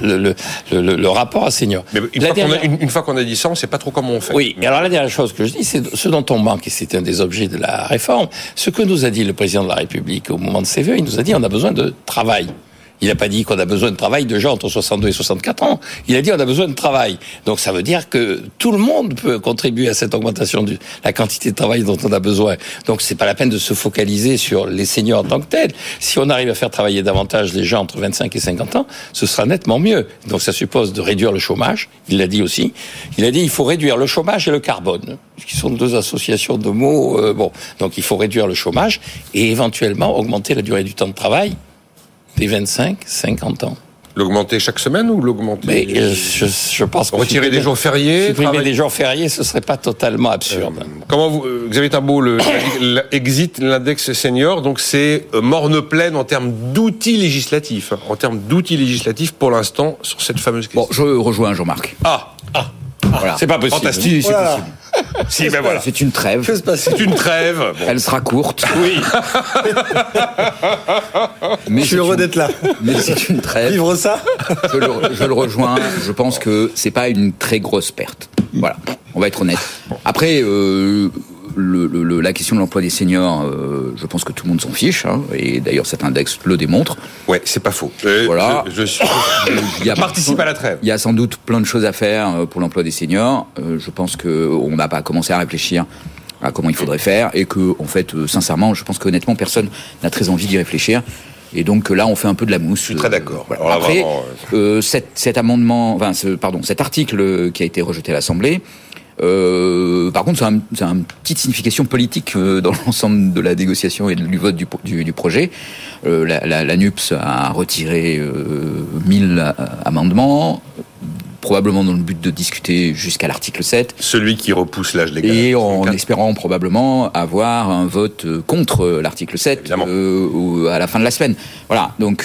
le rapport à seniors. Mais une fois qu'on a dit ça, on ne sait pas trop comment on fait. Oui, et alors la dernière chose que je dis, c'est ce dont on manque, et c'est un des objets de la réforme, ce que nous a dit le président de la République au moment de ses vœux, il nous a dit on a besoin de travail. Il n'a pas dit qu'on a besoin de travail de gens entre 62 et 64 ans. Il a dit qu'on a besoin de travail. Donc ça veut dire que tout le monde peut contribuer à cette augmentation de la quantité de travail dont on a besoin. Donc c'est pas la peine de se focaliser sur les seniors en tant que tels. Si on arrive à faire travailler davantage les gens entre 25 et 50 ans, ce sera nettement mieux. Donc ça suppose de réduire le chômage. Il l'a dit aussi. Il a dit il faut réduire le chômage et le carbone, qui sont deux associations de mots. Donc il faut réduire le chômage et éventuellement augmenter la durée du temps de travail des 25-50 ans. L'augmenter chaque semaine ou l'augmenter? Mais je pense que retirer des jours fériés, supprimer des jours fériés, ce serait pas totalement absurde. Comment vous, Xavier Tarbaud, exit l'index senior, donc c'est morne pleine en termes d'outils législatifs. En termes d'outils législatifs, pour l'instant, sur cette fameuse question. Bon, je rejoins Jean-Marc. Voilà. C'est pas possible. Fantastique. C'est possible. Si, ben voilà. C'est une trêve. C'est une trêve. Bon. Elle sera courte. Oui. Je suis heureux d'être là. Mais c'est une trêve. Vivre ça. Je le rejoins. Je pense que c'est pas une très grosse perte. Voilà. On va être honnête. Après, la question de l'emploi des seniors, je pense que tout le monde s'en fiche, hein, et d'ailleurs cet index le démontre. Ouais, c'est pas faux. Voilà. Je participe à la trêve. Il y a sans doute plein de choses à faire pour l'emploi des seniors. Je pense que on n'a pas commencé à réfléchir à comment il faudrait faire, et que, en fait, sincèrement, je pense qu'honnêtement, personne n'a très envie d'y réfléchir. Et donc là, on fait un peu de la mousse. Je suis très d'accord. Voilà. Alors, après, vraiment, cet article qui a été rejeté à l'Assemblée. Par contre, ça a une petite signification politique dans l'ensemble de la négociation et du vote du projet. La NUPS a retiré 1000 amendements, probablement dans le but de discuter jusqu'à l'article 7. Celui qui repousse l'âge légal. Et en espérant probablement avoir un vote contre l'article 7 à la fin de la semaine. Voilà, donc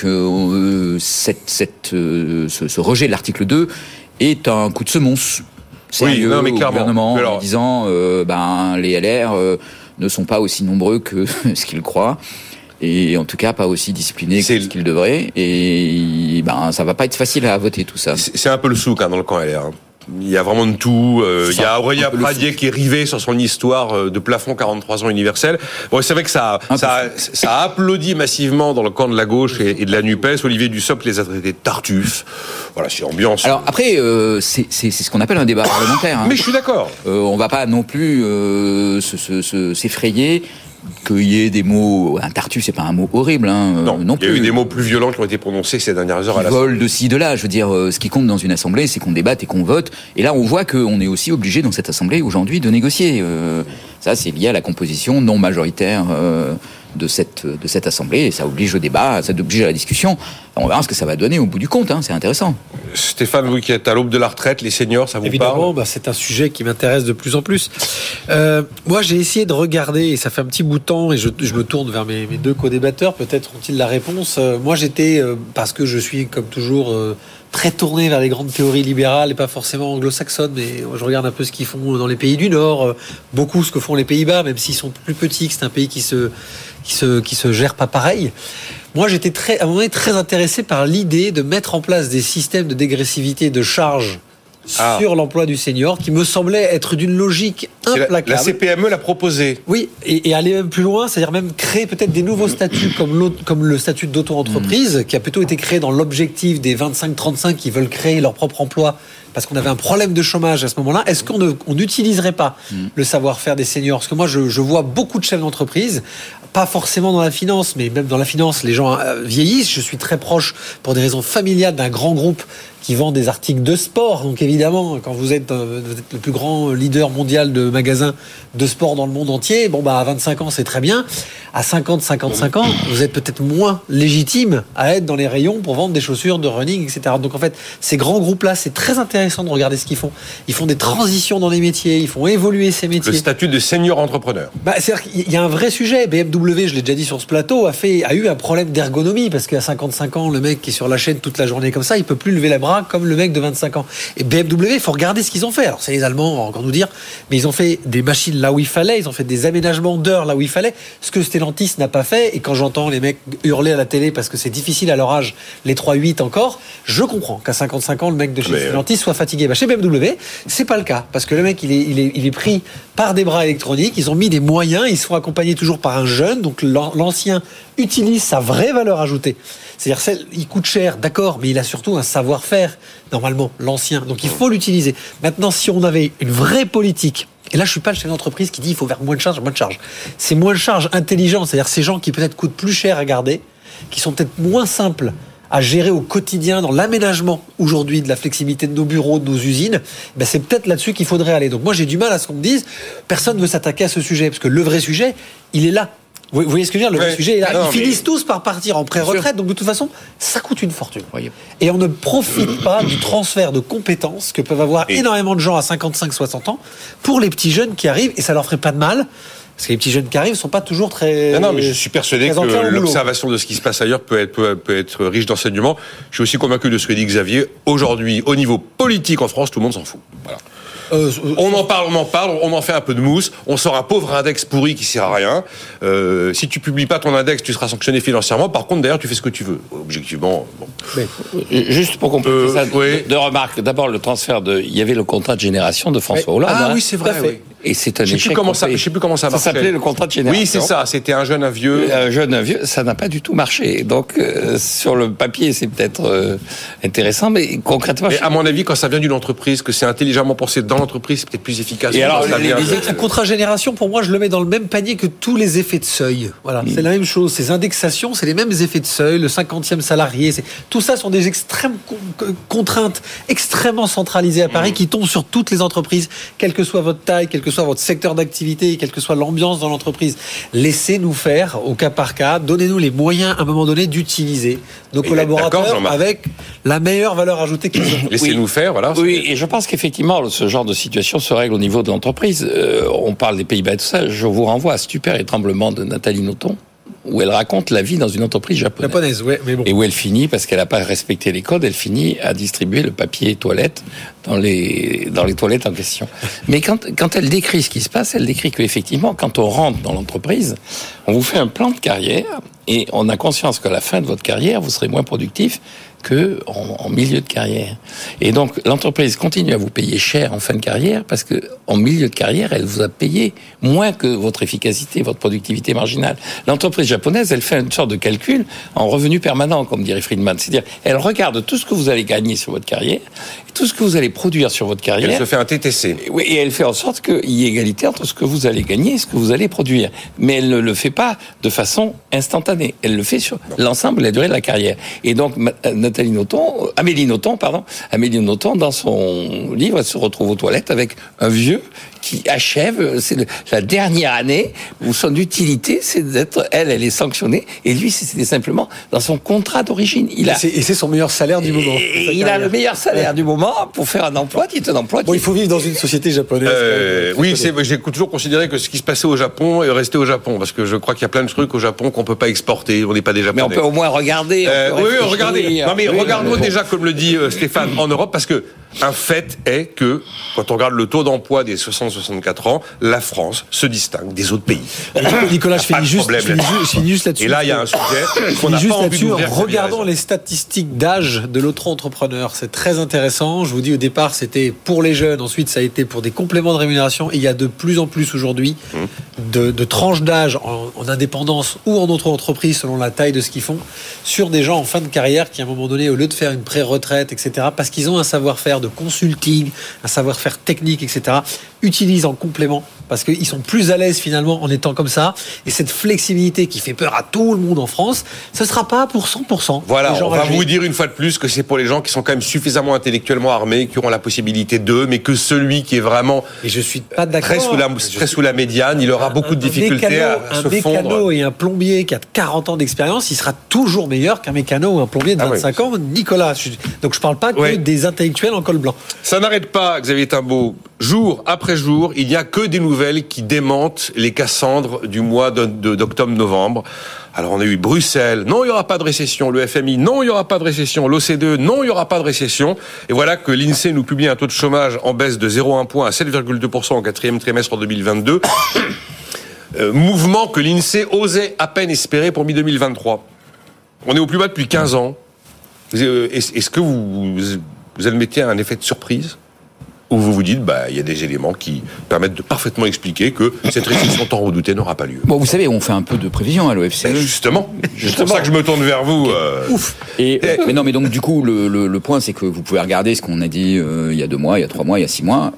ce rejet de l'article 2 est un coup de semonce sérieux au gouvernement, en disant les LR ne sont pas aussi nombreux que ce qu'ils croient, et en tout cas pas aussi disciplinés que ce qu'ils devraient, et ça va pas être facile à voter tout ça. C'est un peu le souk dans le camp LR. Il y a vraiment de tout. Il y a Aurélien Pradier qui est rivé sur son histoire de plafond 43 ans universel. Bon, c'est vrai que ça a applaudi massivement dans le camp de la gauche et de la NUPES. Olivier Dussopt les a traités de tartuffes. Voilà, c'est ambiance. Alors après, c'est ce qu'on appelle un débat parlementaire. Hein. Mais je suis d'accord. On va pas non plus s'effrayer qu'il y ait des mots. Un tartuffe, c'est pas un mot horrible, hein, non plus. Il y a eu des mots plus violents qui ont été prononcés ces dernières heures à l'Assemblée. Vol de ci, de là. Je veux dire, ce qui compte dans une assemblée, c'est qu'on débatte et qu'on vote. Et là, on voit qu'on est aussi obligé dans cette assemblée aujourd'hui de négocier. Ça, c'est lié à la composition non majoritaire de cette assemblée, et ça oblige au débat, ça oblige à la discussion. On verra ce que ça va donner au bout du compte, hein, c'est intéressant. Stéphane, vous qui êtes à l'aube de la retraite, les seniors, ça vous Évidemment, parle? c'est un sujet qui m'intéresse de plus en plus. Moi, j'ai essayé de regarder, et ça fait un petit bout de temps, et je me tourne vers mes deux co-débatteurs, peut-être ont-ils la réponse. Moi, j'étais, parce que je suis comme toujours très tourné vers les grandes théories libérales, et pas forcément anglo-saxonnes, mais je regarde un peu ce qu'ils font dans les pays du Nord, beaucoup ce que font les Pays-Bas, même s'ils sont plus petits, que c'est un pays qui se gère pas pareil. Moi, j'étais à un moment donné très intéressé par l'idée de mettre en place des systèmes de dégressivité de charges sur l'emploi du senior, qui me semblait être d'une logique implacable. La CPME l'a proposé. Oui, et aller même plus loin, c'est-à-dire même créer peut-être des nouveaux statuts comme le statut d'auto-entreprise, qui a plutôt été créé dans l'objectif des 25-35 qui veulent créer leur propre emploi, parce qu'on avait un problème de chômage à ce moment-là. Est-ce qu'on n'utiliserait pas le savoir-faire des seniors? Parce que moi, je vois beaucoup de chefs d'entreprise, pas forcément dans la finance, mais même dans la finance, les gens vieillissent. Je suis très proche, pour des raisons familiales, d'un grand groupe qui vend des articles de sport. Donc évidemment, quand vous êtes le plus grand leader mondial de magasins de sport dans le monde entier, à 25 ans, c'est très bien. À 50, 55 ans, vous êtes peut-être moins légitime à être dans les rayons pour vendre des chaussures de running, etc. Donc en fait, ces grands groupes-là, c'est très intéressant de regarder ce qu'ils font. Ils font des transitions dans les métiers, ils font évoluer ces métiers. Le statut de senior entrepreneur. C'est-à-dire qu'il y a un vrai sujet. BMW, je l'ai déjà dit sur ce plateau, a eu un problème d'ergonomie, parce qu'à 55 ans, le mec qui est sur la chaîne toute la journée comme ça, il peut plus lever la bras comme le mec de 25 ans. Et BMW, il faut regarder ce qu'ils ont fait. Alors c'est les Allemands, on va encore nous dire, mais ils ont fait des machines là où il fallait, ils ont fait des aménagements d'heures là où il fallait. Ce que c'était Stellantis n'a pas fait, et quand j'entends les mecs hurler à la télé parce que c'est difficile à leur âge, les 3-8 encore, je comprends qu'à 55 ans, le mec de chez Stellantis soit fatigué. Chez BMW, c'est pas le cas, parce que le mec, il est pris par des bras électroniques, ils ont mis des moyens, ils se font accompagner toujours par un jeune, donc l'ancien utilise sa vraie valeur ajoutée. C'est-à-dire, il coûte cher, d'accord, mais il a surtout un savoir-faire, normalement, l'ancien. Donc il faut l'utiliser. Maintenant, si on avait une vraie politique, et là je suis pas le chef d'entreprise qui dit il faut faire moins de charges. C'est moins de charges intelligentes, c'est-à-dire ces gens qui peut-être coûtent plus cher à garder, qui sont peut-être moins simples à gérer au quotidien dans l'aménagement aujourd'hui de la flexibilité de nos bureaux, de nos usines, c'est peut-être là-dessus qu'il faudrait aller. Donc moi j'ai du mal à ce qu'on me dise, personne ne veut s'attaquer à ce sujet, parce que le vrai sujet, il est là. Vous voyez ce que je veux dire ? Le vrai sujet est là. Ils finissent tous par partir en pré-retraite, donc de toute façon, ça coûte une fortune. Oui. Et on ne profite pas du transfert de compétences que peuvent avoir énormément de gens à 55-60 ans pour les petits jeunes qui arrivent, et ça leur ferait pas de mal. Parce que les petits jeunes qui arrivent ne sont pas toujours très... Non, mais je suis persuadé que l'observation de ce qui se passe ailleurs peut être riche d'enseignements. Je suis aussi convaincu de ce que dit Xavier. Aujourd'hui, au niveau politique en France, tout le monde s'en fout. Voilà. On en parle, on en fait un peu de mousse, on sort un pauvre index pourri qui sert à rien. Si tu publies pas ton index, tu seras sanctionné financièrement. Par contre, d'ailleurs, tu fais ce que tu veux. Objectivement, bon. Juste pour compléter ça, deux remarques. D'abord, le transfert il y avait le contrat de génération de François Hollande. Ah oui, c'est vrai. Oui. Et c'est un échec. Je sais plus comment ça marchait. Ça s'appelait le contrat de génération. Oui, c'est ça. C'était un jeune, un vieux. Un jeune, un vieux. Ça n'a pas du tout marché. Donc, sur le papier, c'est peut-être intéressant, mais concrètement. Et à mon avis, quand ça vient d'une entreprise, que c'est intelligemment pensé dans l'entreprise, c'est peut-être plus efficace. Et alors, un contrat génération, pour moi, je le mets dans le même panier que tous les effets de seuil. Voilà, c'est la même chose. Ces indexations, c'est les mêmes effets de seuil. Le 50e salarié, tout ça sont des extrêmes contraintes extrêmement centralisées à Paris qui tombent sur toutes les entreprises, quelle que soit votre taille, quel que soit votre secteur d'activité, quelle que soit l'ambiance dans l'entreprise. Laissez-nous faire au cas par cas. Donnez-nous les moyens à un moment donné d'utiliser nos collaborateurs avec la meilleure valeur ajoutée qu'ils ont. Laissez-nous faire, voilà. Oui, et je pense qu'effectivement, ce genre de situation se règle au niveau de l'entreprise. On parle des Pays-Bas et tout ça. Je vous renvoie à Stupeur et Tremblement de Nathalie Nothomb, où elle raconte la vie dans une entreprise japonaise. Mais bon. Et où elle finit, parce qu'elle n'a pas respecté les codes, elle finit à distribuer le papier toilette dans les toilettes en question. Mais quand elle décrit ce qui se passe, elle décrit qu'effectivement, quand on rentre dans l'entreprise, on vous fait un plan de carrière et on a conscience qu'à la fin de votre carrière, vous serez moins productif en milieu de carrière. Et donc, l'entreprise continue à vous payer cher en fin de carrière parce que en milieu de carrière, elle vous a payé moins que votre efficacité, votre productivité marginale. L'entreprise japonaise, elle fait une sorte de calcul en revenu permanent, comme dirait Friedman. C'est-à-dire, elle regarde tout ce que vous allez gagner sur votre carrière, tout ce que vous allez produire sur votre carrière. Elle se fait un TTC. Oui, et elle fait en sorte qu'il y ait égalité entre ce que vous allez gagner et ce que vous allez produire. Mais elle ne le fait pas de façon instantanée. Elle le fait sur l'ensemble de la durée de la carrière. Et donc, Amélie Nothomb, dans son livre, elle se retrouve aux toilettes avec un vieux qui achève, c'est la dernière année où son utilité, c'est d'être, elle est sanctionnée, et lui, c'était simplement dans son contrat d'origine. Et c'est son meilleur salaire du moment. Il a le meilleur salaire du moment pour faire un emploi qui est un emploi. Il faut vivre dans une société japonaise. Oui, j'ai toujours considéré que ce qui se passait au Japon est resté au Japon, parce que je crois qu'il y a plein de trucs au Japon qu'on peut pas exporter. On n'est pas des Japonais. Mais on peut au moins regarder. Regardez. Non, mais regardons déjà, comme le dit Stéphane, en Europe, parce que un fait est que, quand on regarde le taux d'emploi des 60-64 ans, la France se distingue des autres pays. Nicolas, je finis juste là-dessus. Et là, il y a un sujet qu'on n'a pas envie d'ouvrir. Regardons les statistiques d'âge de l'auto-entrepreneur. C'est très intéressant. Je vous dis, au départ, c'était pour les jeunes. Ensuite, ça a été pour des compléments de rémunération. Et il y a de plus en plus aujourd'hui de tranches d'âge en indépendance ou en auto-entreprise, selon la taille de ce qu'ils font, sur des gens en fin de carrière qui, à un moment donné, au lieu de faire une pré-retraite, etc., parce qu'ils ont un savoir-faire de consulting, un savoir-faire technique, etc., utilisent en complément parce qu'ils sont plus à l'aise finalement en étant comme ça. Et cette flexibilité qui fait peur à tout le monde en France, ce ne sera pas pour 100%. Voilà, on va vous dire une fois de plus que c'est pour les gens qui sont quand même suffisamment intellectuellement armés, qui auront la possibilité mais que celui qui est vraiment et je suis pas d'accord, très sous la médiane, il aura beaucoup de difficultés à se fondre. Un mécano et un plombier qui a 40 ans d'expérience, il sera toujours meilleur qu'un mécano ou un plombier de 25 ans. Nicolas, donc je ne parle pas que des intellectuels en col blanc. Ça n'arrête pas, Xavier Timbaud. Jour après jour, il n'y a que des nouvelles qui démentent les Cassandres du mois d'octobre-novembre. Alors on a eu Bruxelles, non il n'y aura pas de récession, le FMI, non il n'y aura pas de récession, l'OCDE, non il n'y aura pas de récession. Et voilà que l'INSEE nous publie un taux de chômage en baisse de 0,1 point à 7,2% au quatrième trimestre 2022. mouvement que l'INSEE osait à peine espérer pour mi-2023. On est au plus bas depuis 15 ans. Est-ce que vous admettez un effet de surprise ? Ou vous vous dites, il y a des éléments qui permettent de parfaitement expliquer que cette récession tant redoutée n'aura pas lieu. Bon, vous savez, on fait un peu de prévision à l'OFCE. Justement. C'est pour ça que je me tourne vers vous. Ouf. Mais donc du coup, le point, c'est que vous pouvez regarder ce qu'on a dit il y a 2 mois, il y a 3 mois, il y a 6 mois.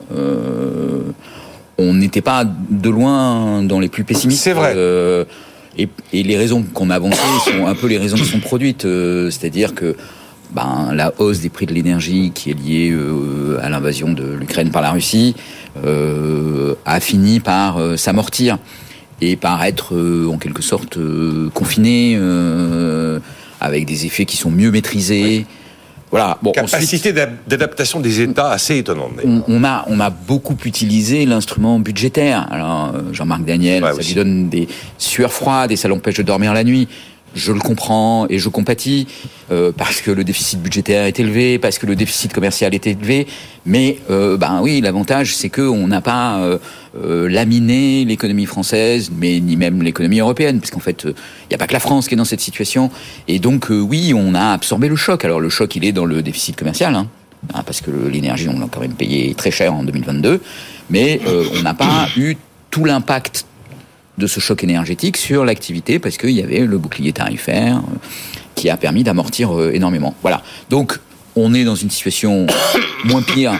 On n'était pas de loin dans les plus pessimistes. C'est vrai. Et les raisons qu'on a avancées sont un peu les raisons qui sont produites. C'est-à-dire que la hausse des prix de l'énergie qui est liée à l'invasion de l'Ukraine par la Russie a fini par s'amortir et par être en quelque sorte confiné avec des effets qui sont mieux maîtrisés. Oui. Voilà. Bon, capacité d'adaptation des États assez étonnante. On a beaucoup utilisé l'instrument budgétaire. Alors Jean-Marc Daniel, ça lui donne des sueurs froides et ça l'empêche de dormir la nuit. Je le comprends et je compatis parce que le déficit budgétaire est élevé, parce que le déficit commercial est élevé. Mais oui, l'avantage c'est que on n'a pas laminé l'économie française, mais ni même l'économie européenne, parce qu'en fait, il n'y a pas que la France qui est dans cette situation. Et donc oui, on a absorbé le choc. Alors le choc, il est dans le déficit commercial, parce que l'énergie, on l'a quand même payé très cher en 2022, mais on n'a pas eu tout l'impact de ce choc énergétique sur l'activité parce qu'il y avait le bouclier tarifaire qui a permis d'amortir énormément. Voilà. Donc, on est dans une situation moins pire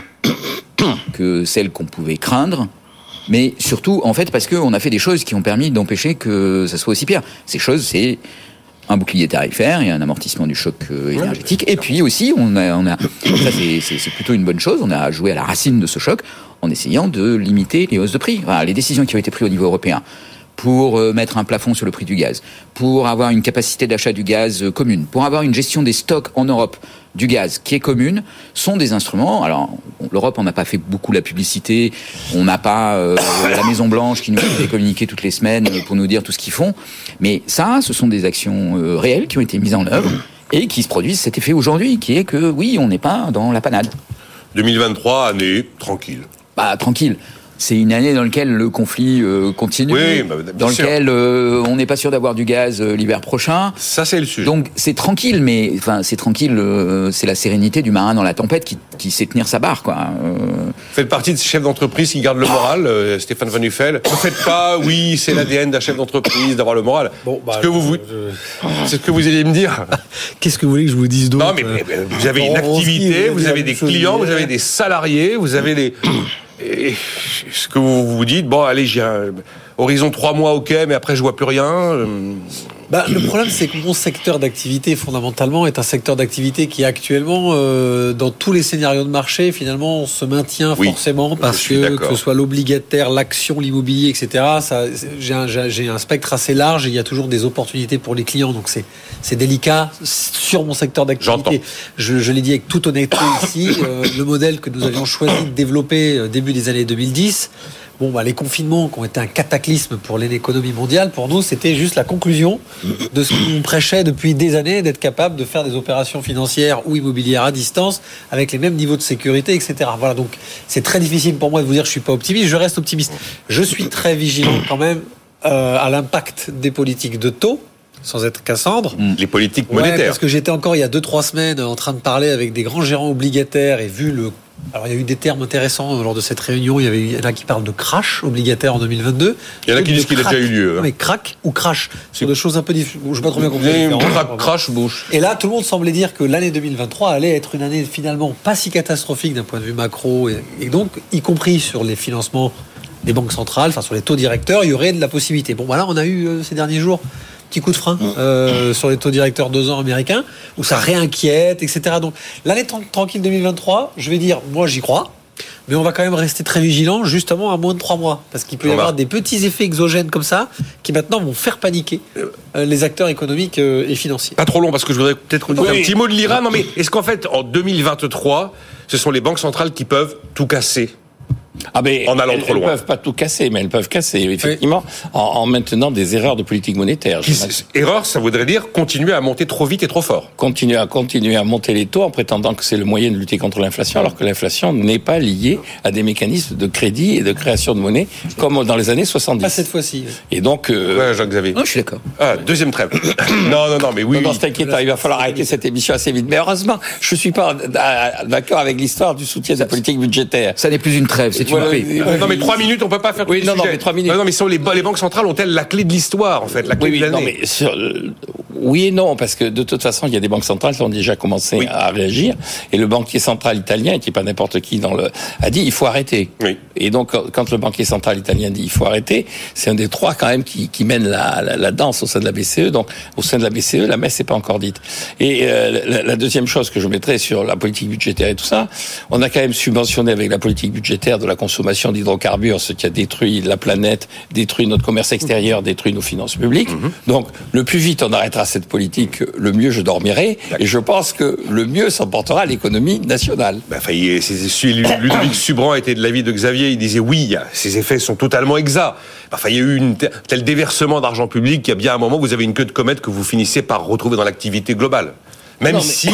que celle qu'on pouvait craindre, mais surtout, en fait, parce qu'on a fait des choses qui ont permis d'empêcher que ça soit aussi pire. Ces choses, c'est un bouclier tarifaire et un amortissement du choc énergétique. Et puis aussi, on a ça c'est plutôt une bonne chose, on a joué à la racine de ce choc en essayant de limiter les hausses de prix. Voilà, les décisions qui ont été prises au niveau européen pour mettre un plafond sur le prix du gaz, pour avoir une capacité d'achat du gaz commune, pour avoir une gestion des stocks en Europe du gaz qui est commune, sont des instruments. Alors, l'Europe, on n'a pas fait beaucoup la publicité, on n'a pas la Maison-Blanche qui nous fait communiquer toutes les semaines pour nous dire tout ce qu'ils font, mais ça, ce sont des actions réelles qui ont été mises en œuvre et qui se produisent cet effet aujourd'hui, qui est que, oui, on n'est pas dans la panade. 2023, année tranquille. Tranquille. C'est une année dans laquelle le conflit continue, dans laquelle on n'est pas sûr d'avoir du gaz l'hiver prochain. Ça, c'est le sujet. Donc c'est tranquille, mais c'est tranquille. C'est la sérénité du marin dans la tempête qui sait tenir sa barre, quoi. Vous faites partie de ces chefs d'entreprise qui gardent le moral, Stéphane Van Nuffel. Ne faites pas, oui, c'est l'ADN d'un chef d'entreprise d'avoir le moral. Bon, c'est ce que vous allez me dire. Qu'est-ce que vous voulez que je vous dise d'autre ? Non, mais vous avez une activité, vous avez des clients, vous avez des salariés, vous avez des... Et ce que vous vous dites, allez, j'ai un horizon 3 mois, ok, mais après je vois plus rien. Le problème, c'est que mon secteur d'activité, fondamentalement, est un secteur d'activité qui actuellement, dans tous les scénarios de marché, finalement, se maintient forcément parce que ce soit l'obligataire, l'action, l'immobilier, etc. J'ai un spectre assez large et il y a toujours des opportunités pour les clients. Donc c'est délicat sur mon secteur d'activité. Je l'ai dit avec toute honnêteté ici, le modèle que nous avions choisi de développer début des années 2010. Les confinements qui ont été un cataclysme pour l'économie mondiale, pour nous, c'était juste la conclusion de ce qu'on prêchait depuis des années, d'être capable de faire des opérations financières ou immobilières à distance avec les mêmes niveaux de sécurité, etc. Voilà, donc c'est très difficile pour moi de vous dire que je suis pas optimiste. Je reste optimiste. Je suis très vigilant quand même à l'impact des politiques de taux, sans être Cassandre. Les politiques monétaires. Parce que j'étais encore il y a 2-3 semaines en train de parler avec des grands gérants obligataires et vu le... Alors, il y a eu des termes intéressants lors de cette réunion. Il y en a qui parlent de crash obligataire en 2022. Il y en a qui disent qu'il a déjà eu lieu. Non, mais crack ou crash, c'est des choses un peu différentes. Je ne sais pas trop bien comprendre. Crash, bouche. Et là, tout le monde semblait dire que l'année 2023 allait être une année finalement pas si catastrophique d'un point de vue macro. Et donc, y compris sur les financements des banques centrales, enfin sur les taux directeurs, il y aurait de la possibilité. Voilà, on a eu ces derniers jours petit coup de frein sur les taux directeurs 2 ans américains, où ça réinquiète, etc. Donc l'année tranquille 2023, je vais dire, moi j'y crois, mais on va quand même rester très vigilant, justement à moins de 3 mois, parce qu'il peut y avoir des petits effets exogènes comme ça, qui maintenant vont faire paniquer les acteurs économiques et financiers. Pas trop long, parce que je voudrais peut-être dire un petit mot de l'Iran. Non mais est-ce qu'en fait, en 2023, ce sont les banques centrales qui peuvent tout casser ? en allant trop loin. Elles ne peuvent pas tout casser, mais elles peuvent casser, effectivement, en maintenant des erreurs de politique monétaire. Erreur, ça voudrait dire continuer à monter trop vite et trop fort. Continuer à monter les taux en prétendant que c'est le moyen de lutter contre l'inflation, alors que l'inflation n'est pas liée à des mécanismes de crédit et de création de monnaie, comme dans les années 70. Pas cette fois-ci. Et donc... Jacques-Xavier. Non, je suis d'accord. Deuxième trêve. non, mais oui. Non, c'est inquiétant, il va falloir arrêter cette émission assez vite. Mais heureusement, je ne suis pas d'accord avec l'histoire du soutien de la politique budgétaire. Ça n'est plus une trève, c'est une paix. Non, mais 3 minutes, on peut pas faire tout le sujet. Mais 3 minutes. Non, mais les banques centrales ont-elles la clé de l'histoire, en fait, la clé de l'année? Oui et non, parce que de toute façon, il y a des banques centrales qui ont déjà commencé à réagir. Et le banquier central italien, qui n'est pas n'importe qui a dit il faut arrêter. Oui. Et donc, quand le banquier central italien dit il faut arrêter, c'est un des trois quand même qui mène la danse au sein de la BCE. Donc, au sein de la BCE, la messe n'est pas encore dite. Et la deuxième chose que je mettrais sur la politique budgétaire et tout ça, on a quand même subventionné avec la politique budgétaire de la consommation d'hydrocarbures, ce qui a détruit la planète, détruit notre commerce extérieur, détruit nos finances publiques. Donc, le plus vite on arrêtera cette politique, le mieux je dormirai. Et je pense que le mieux s'emportera l'économie nationale. Ludovic Subran était de l'avis de Xavier. Il disait oui, ces effets sont totalement exacts. Il y a eu tel déversement d'argent public qu'il y a bien un moment, vous avez une queue de comète que vous finissez par retrouver dans l'activité globale. Même si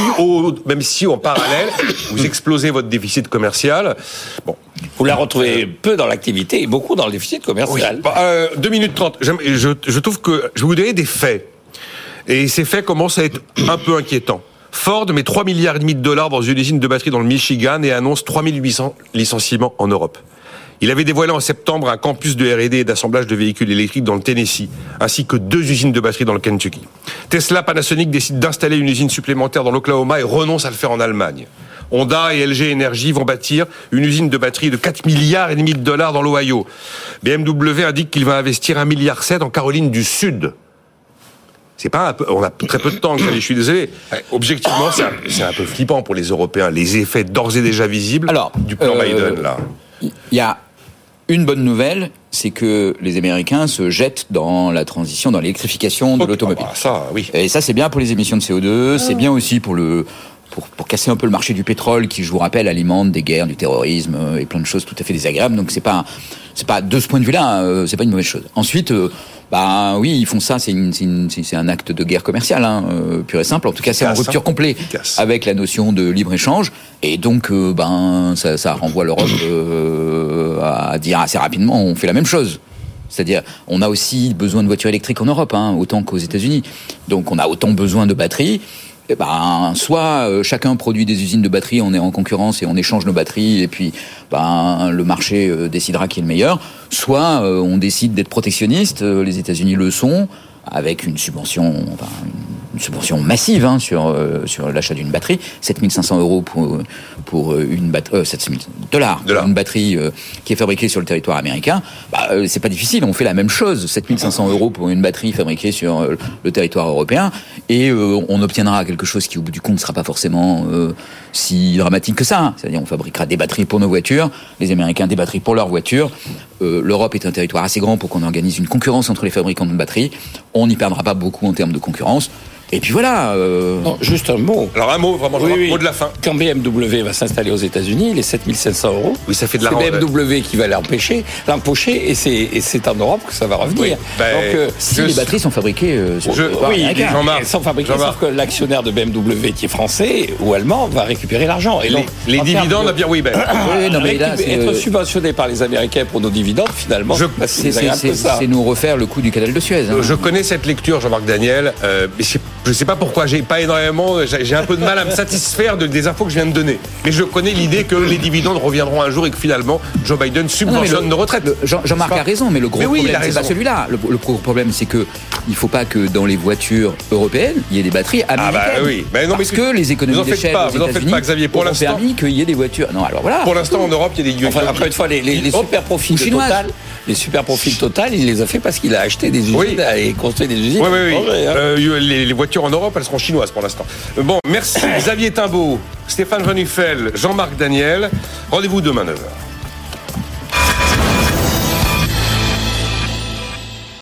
en parallèle, vous explosez votre déficit commercial. Bon. Vous la retrouvez peu dans l'activité et beaucoup dans le déficit commercial. Oui. 2 minutes 30. Je trouve que je vais vous donner des faits. Et ces faits commencent à être un peu inquiétants. Ford met 3,5 milliards de dollars dans une usine de batterie dans le Michigan et annonce 3800 licenciements en Europe. Il avait dévoilé en septembre un campus de R&D et d'assemblage de véhicules électriques dans le Tennessee, ainsi que 2 usines de batterie dans le Kentucky. Tesla, Panasonic décident d'installer une usine supplémentaire dans l'Oklahoma et renoncent à le faire en Allemagne. Honda et LG Energy vont bâtir une usine de batterie de 4,5 milliards de dollars dans l'Ohio. BMW indique qu'il va investir 1,7 milliard en Caroline du Sud. C'est pas on a très peu de temps, je suis désolé. Objectivement, c'est un peu flippant pour les Européens, les effets d'ores et déjà visibles du plan Biden, là. Il y a une bonne nouvelle, c'est que les Américains se jettent dans la transition, dans l'électrification de l'automobile. Ça, oui. Et ça, c'est bien pour les émissions de CO2, c'est bien aussi pour casser un peu le marché du pétrole qui, je vous rappelle, alimente des guerres, du terrorisme et plein de choses tout à fait désagréables. Donc c'est pas de ce point de vue-là, c'est pas une mauvaise chose. Ensuite, oui, ils font ça, c'est un acte de guerre commerciale, pur et simple. En tout cas, c'est en rupture complète avec la notion de libre-échange. Et donc, ça renvoie l'Europe à dire assez rapidement, on fait la même chose. C'est-à-dire, on a aussi besoin de voitures électriques en Europe, autant qu'aux États-Unis. Donc, on a autant besoin de batteries. Soit chacun produit des usines de batteries, on est en concurrence et on échange nos batteries et puis le marché décidera qui est le meilleur. Soit on décide d'être protectionniste, les États-Unis le sont, avec une subvention massive sur l'achat d'une batterie, 7 500 € pour une batterie, 7 000 $ pour une batterie qui est fabriquée sur le territoire américain. C'est pas difficile, on fait la même chose, 7 500 € pour une batterie fabriquée sur le territoire européen, et on obtiendra quelque chose qui au bout du compte ne sera pas forcément si dramatique que ça. C'est-à-dire on fabriquera des batteries pour nos voitures, les Américains des batteries pour leurs voitures. L'Europe est un territoire assez grand pour qu'on organise une concurrence entre les fabricants de batteries. On n'y perdra pas beaucoup en termes de concurrence. Et puis voilà. Non, juste un mot. Alors un mot, vraiment, mot de la fin. Quand BMW va s'installer aux États-Unis, les 7 500 €, oui, ça fait de la c'est BMW qui va l'empocher, et c'est en Europe que ça va revenir. Oui, donc, si les batteries sont fabriquées sur le territoire américain. Elles sont fabriquées, sauf que l'actionnaire de BMW qui est français ou allemand va récupérer l'argent. Et les dividendes, bien oui, être subventionné par les Américains pour nos dividendes, finalement, c'est nous refaire le coup du canal de Suez. Je connais cette lecture, Jean-Marc Daniel, mais je sais pas pourquoi, j'ai pas énormément, j'ai un peu de mal à me satisfaire des infos que je viens de donner. Mais je connais l'idée que les dividendes reviendront un jour et que finalement, Joe Biden subventionne nos retraites. Jean-Marc a raison, mais le gros problème, c'est pas celui-là. Le gros problème, c'est que il faut pas que dans les voitures européennes, il y ait des batteries américaines. Parce que les économies d'échelle aux États-Unis ont permis qu'il y ait des voitures. Non, alors voilà. Pour l'instant, en Europe, il y a des... Après une fois, les super profits de Total, les super profits de Total, il les a fait parce qu'il a acheté des usines et construit des usines. Les voitures en Europe, elles seront chinoises pour l'instant. Bon, merci Xavier Timbaud, Stéphane Van Nuffel, Jean-Marc Daniel. Rendez-vous demain 9h.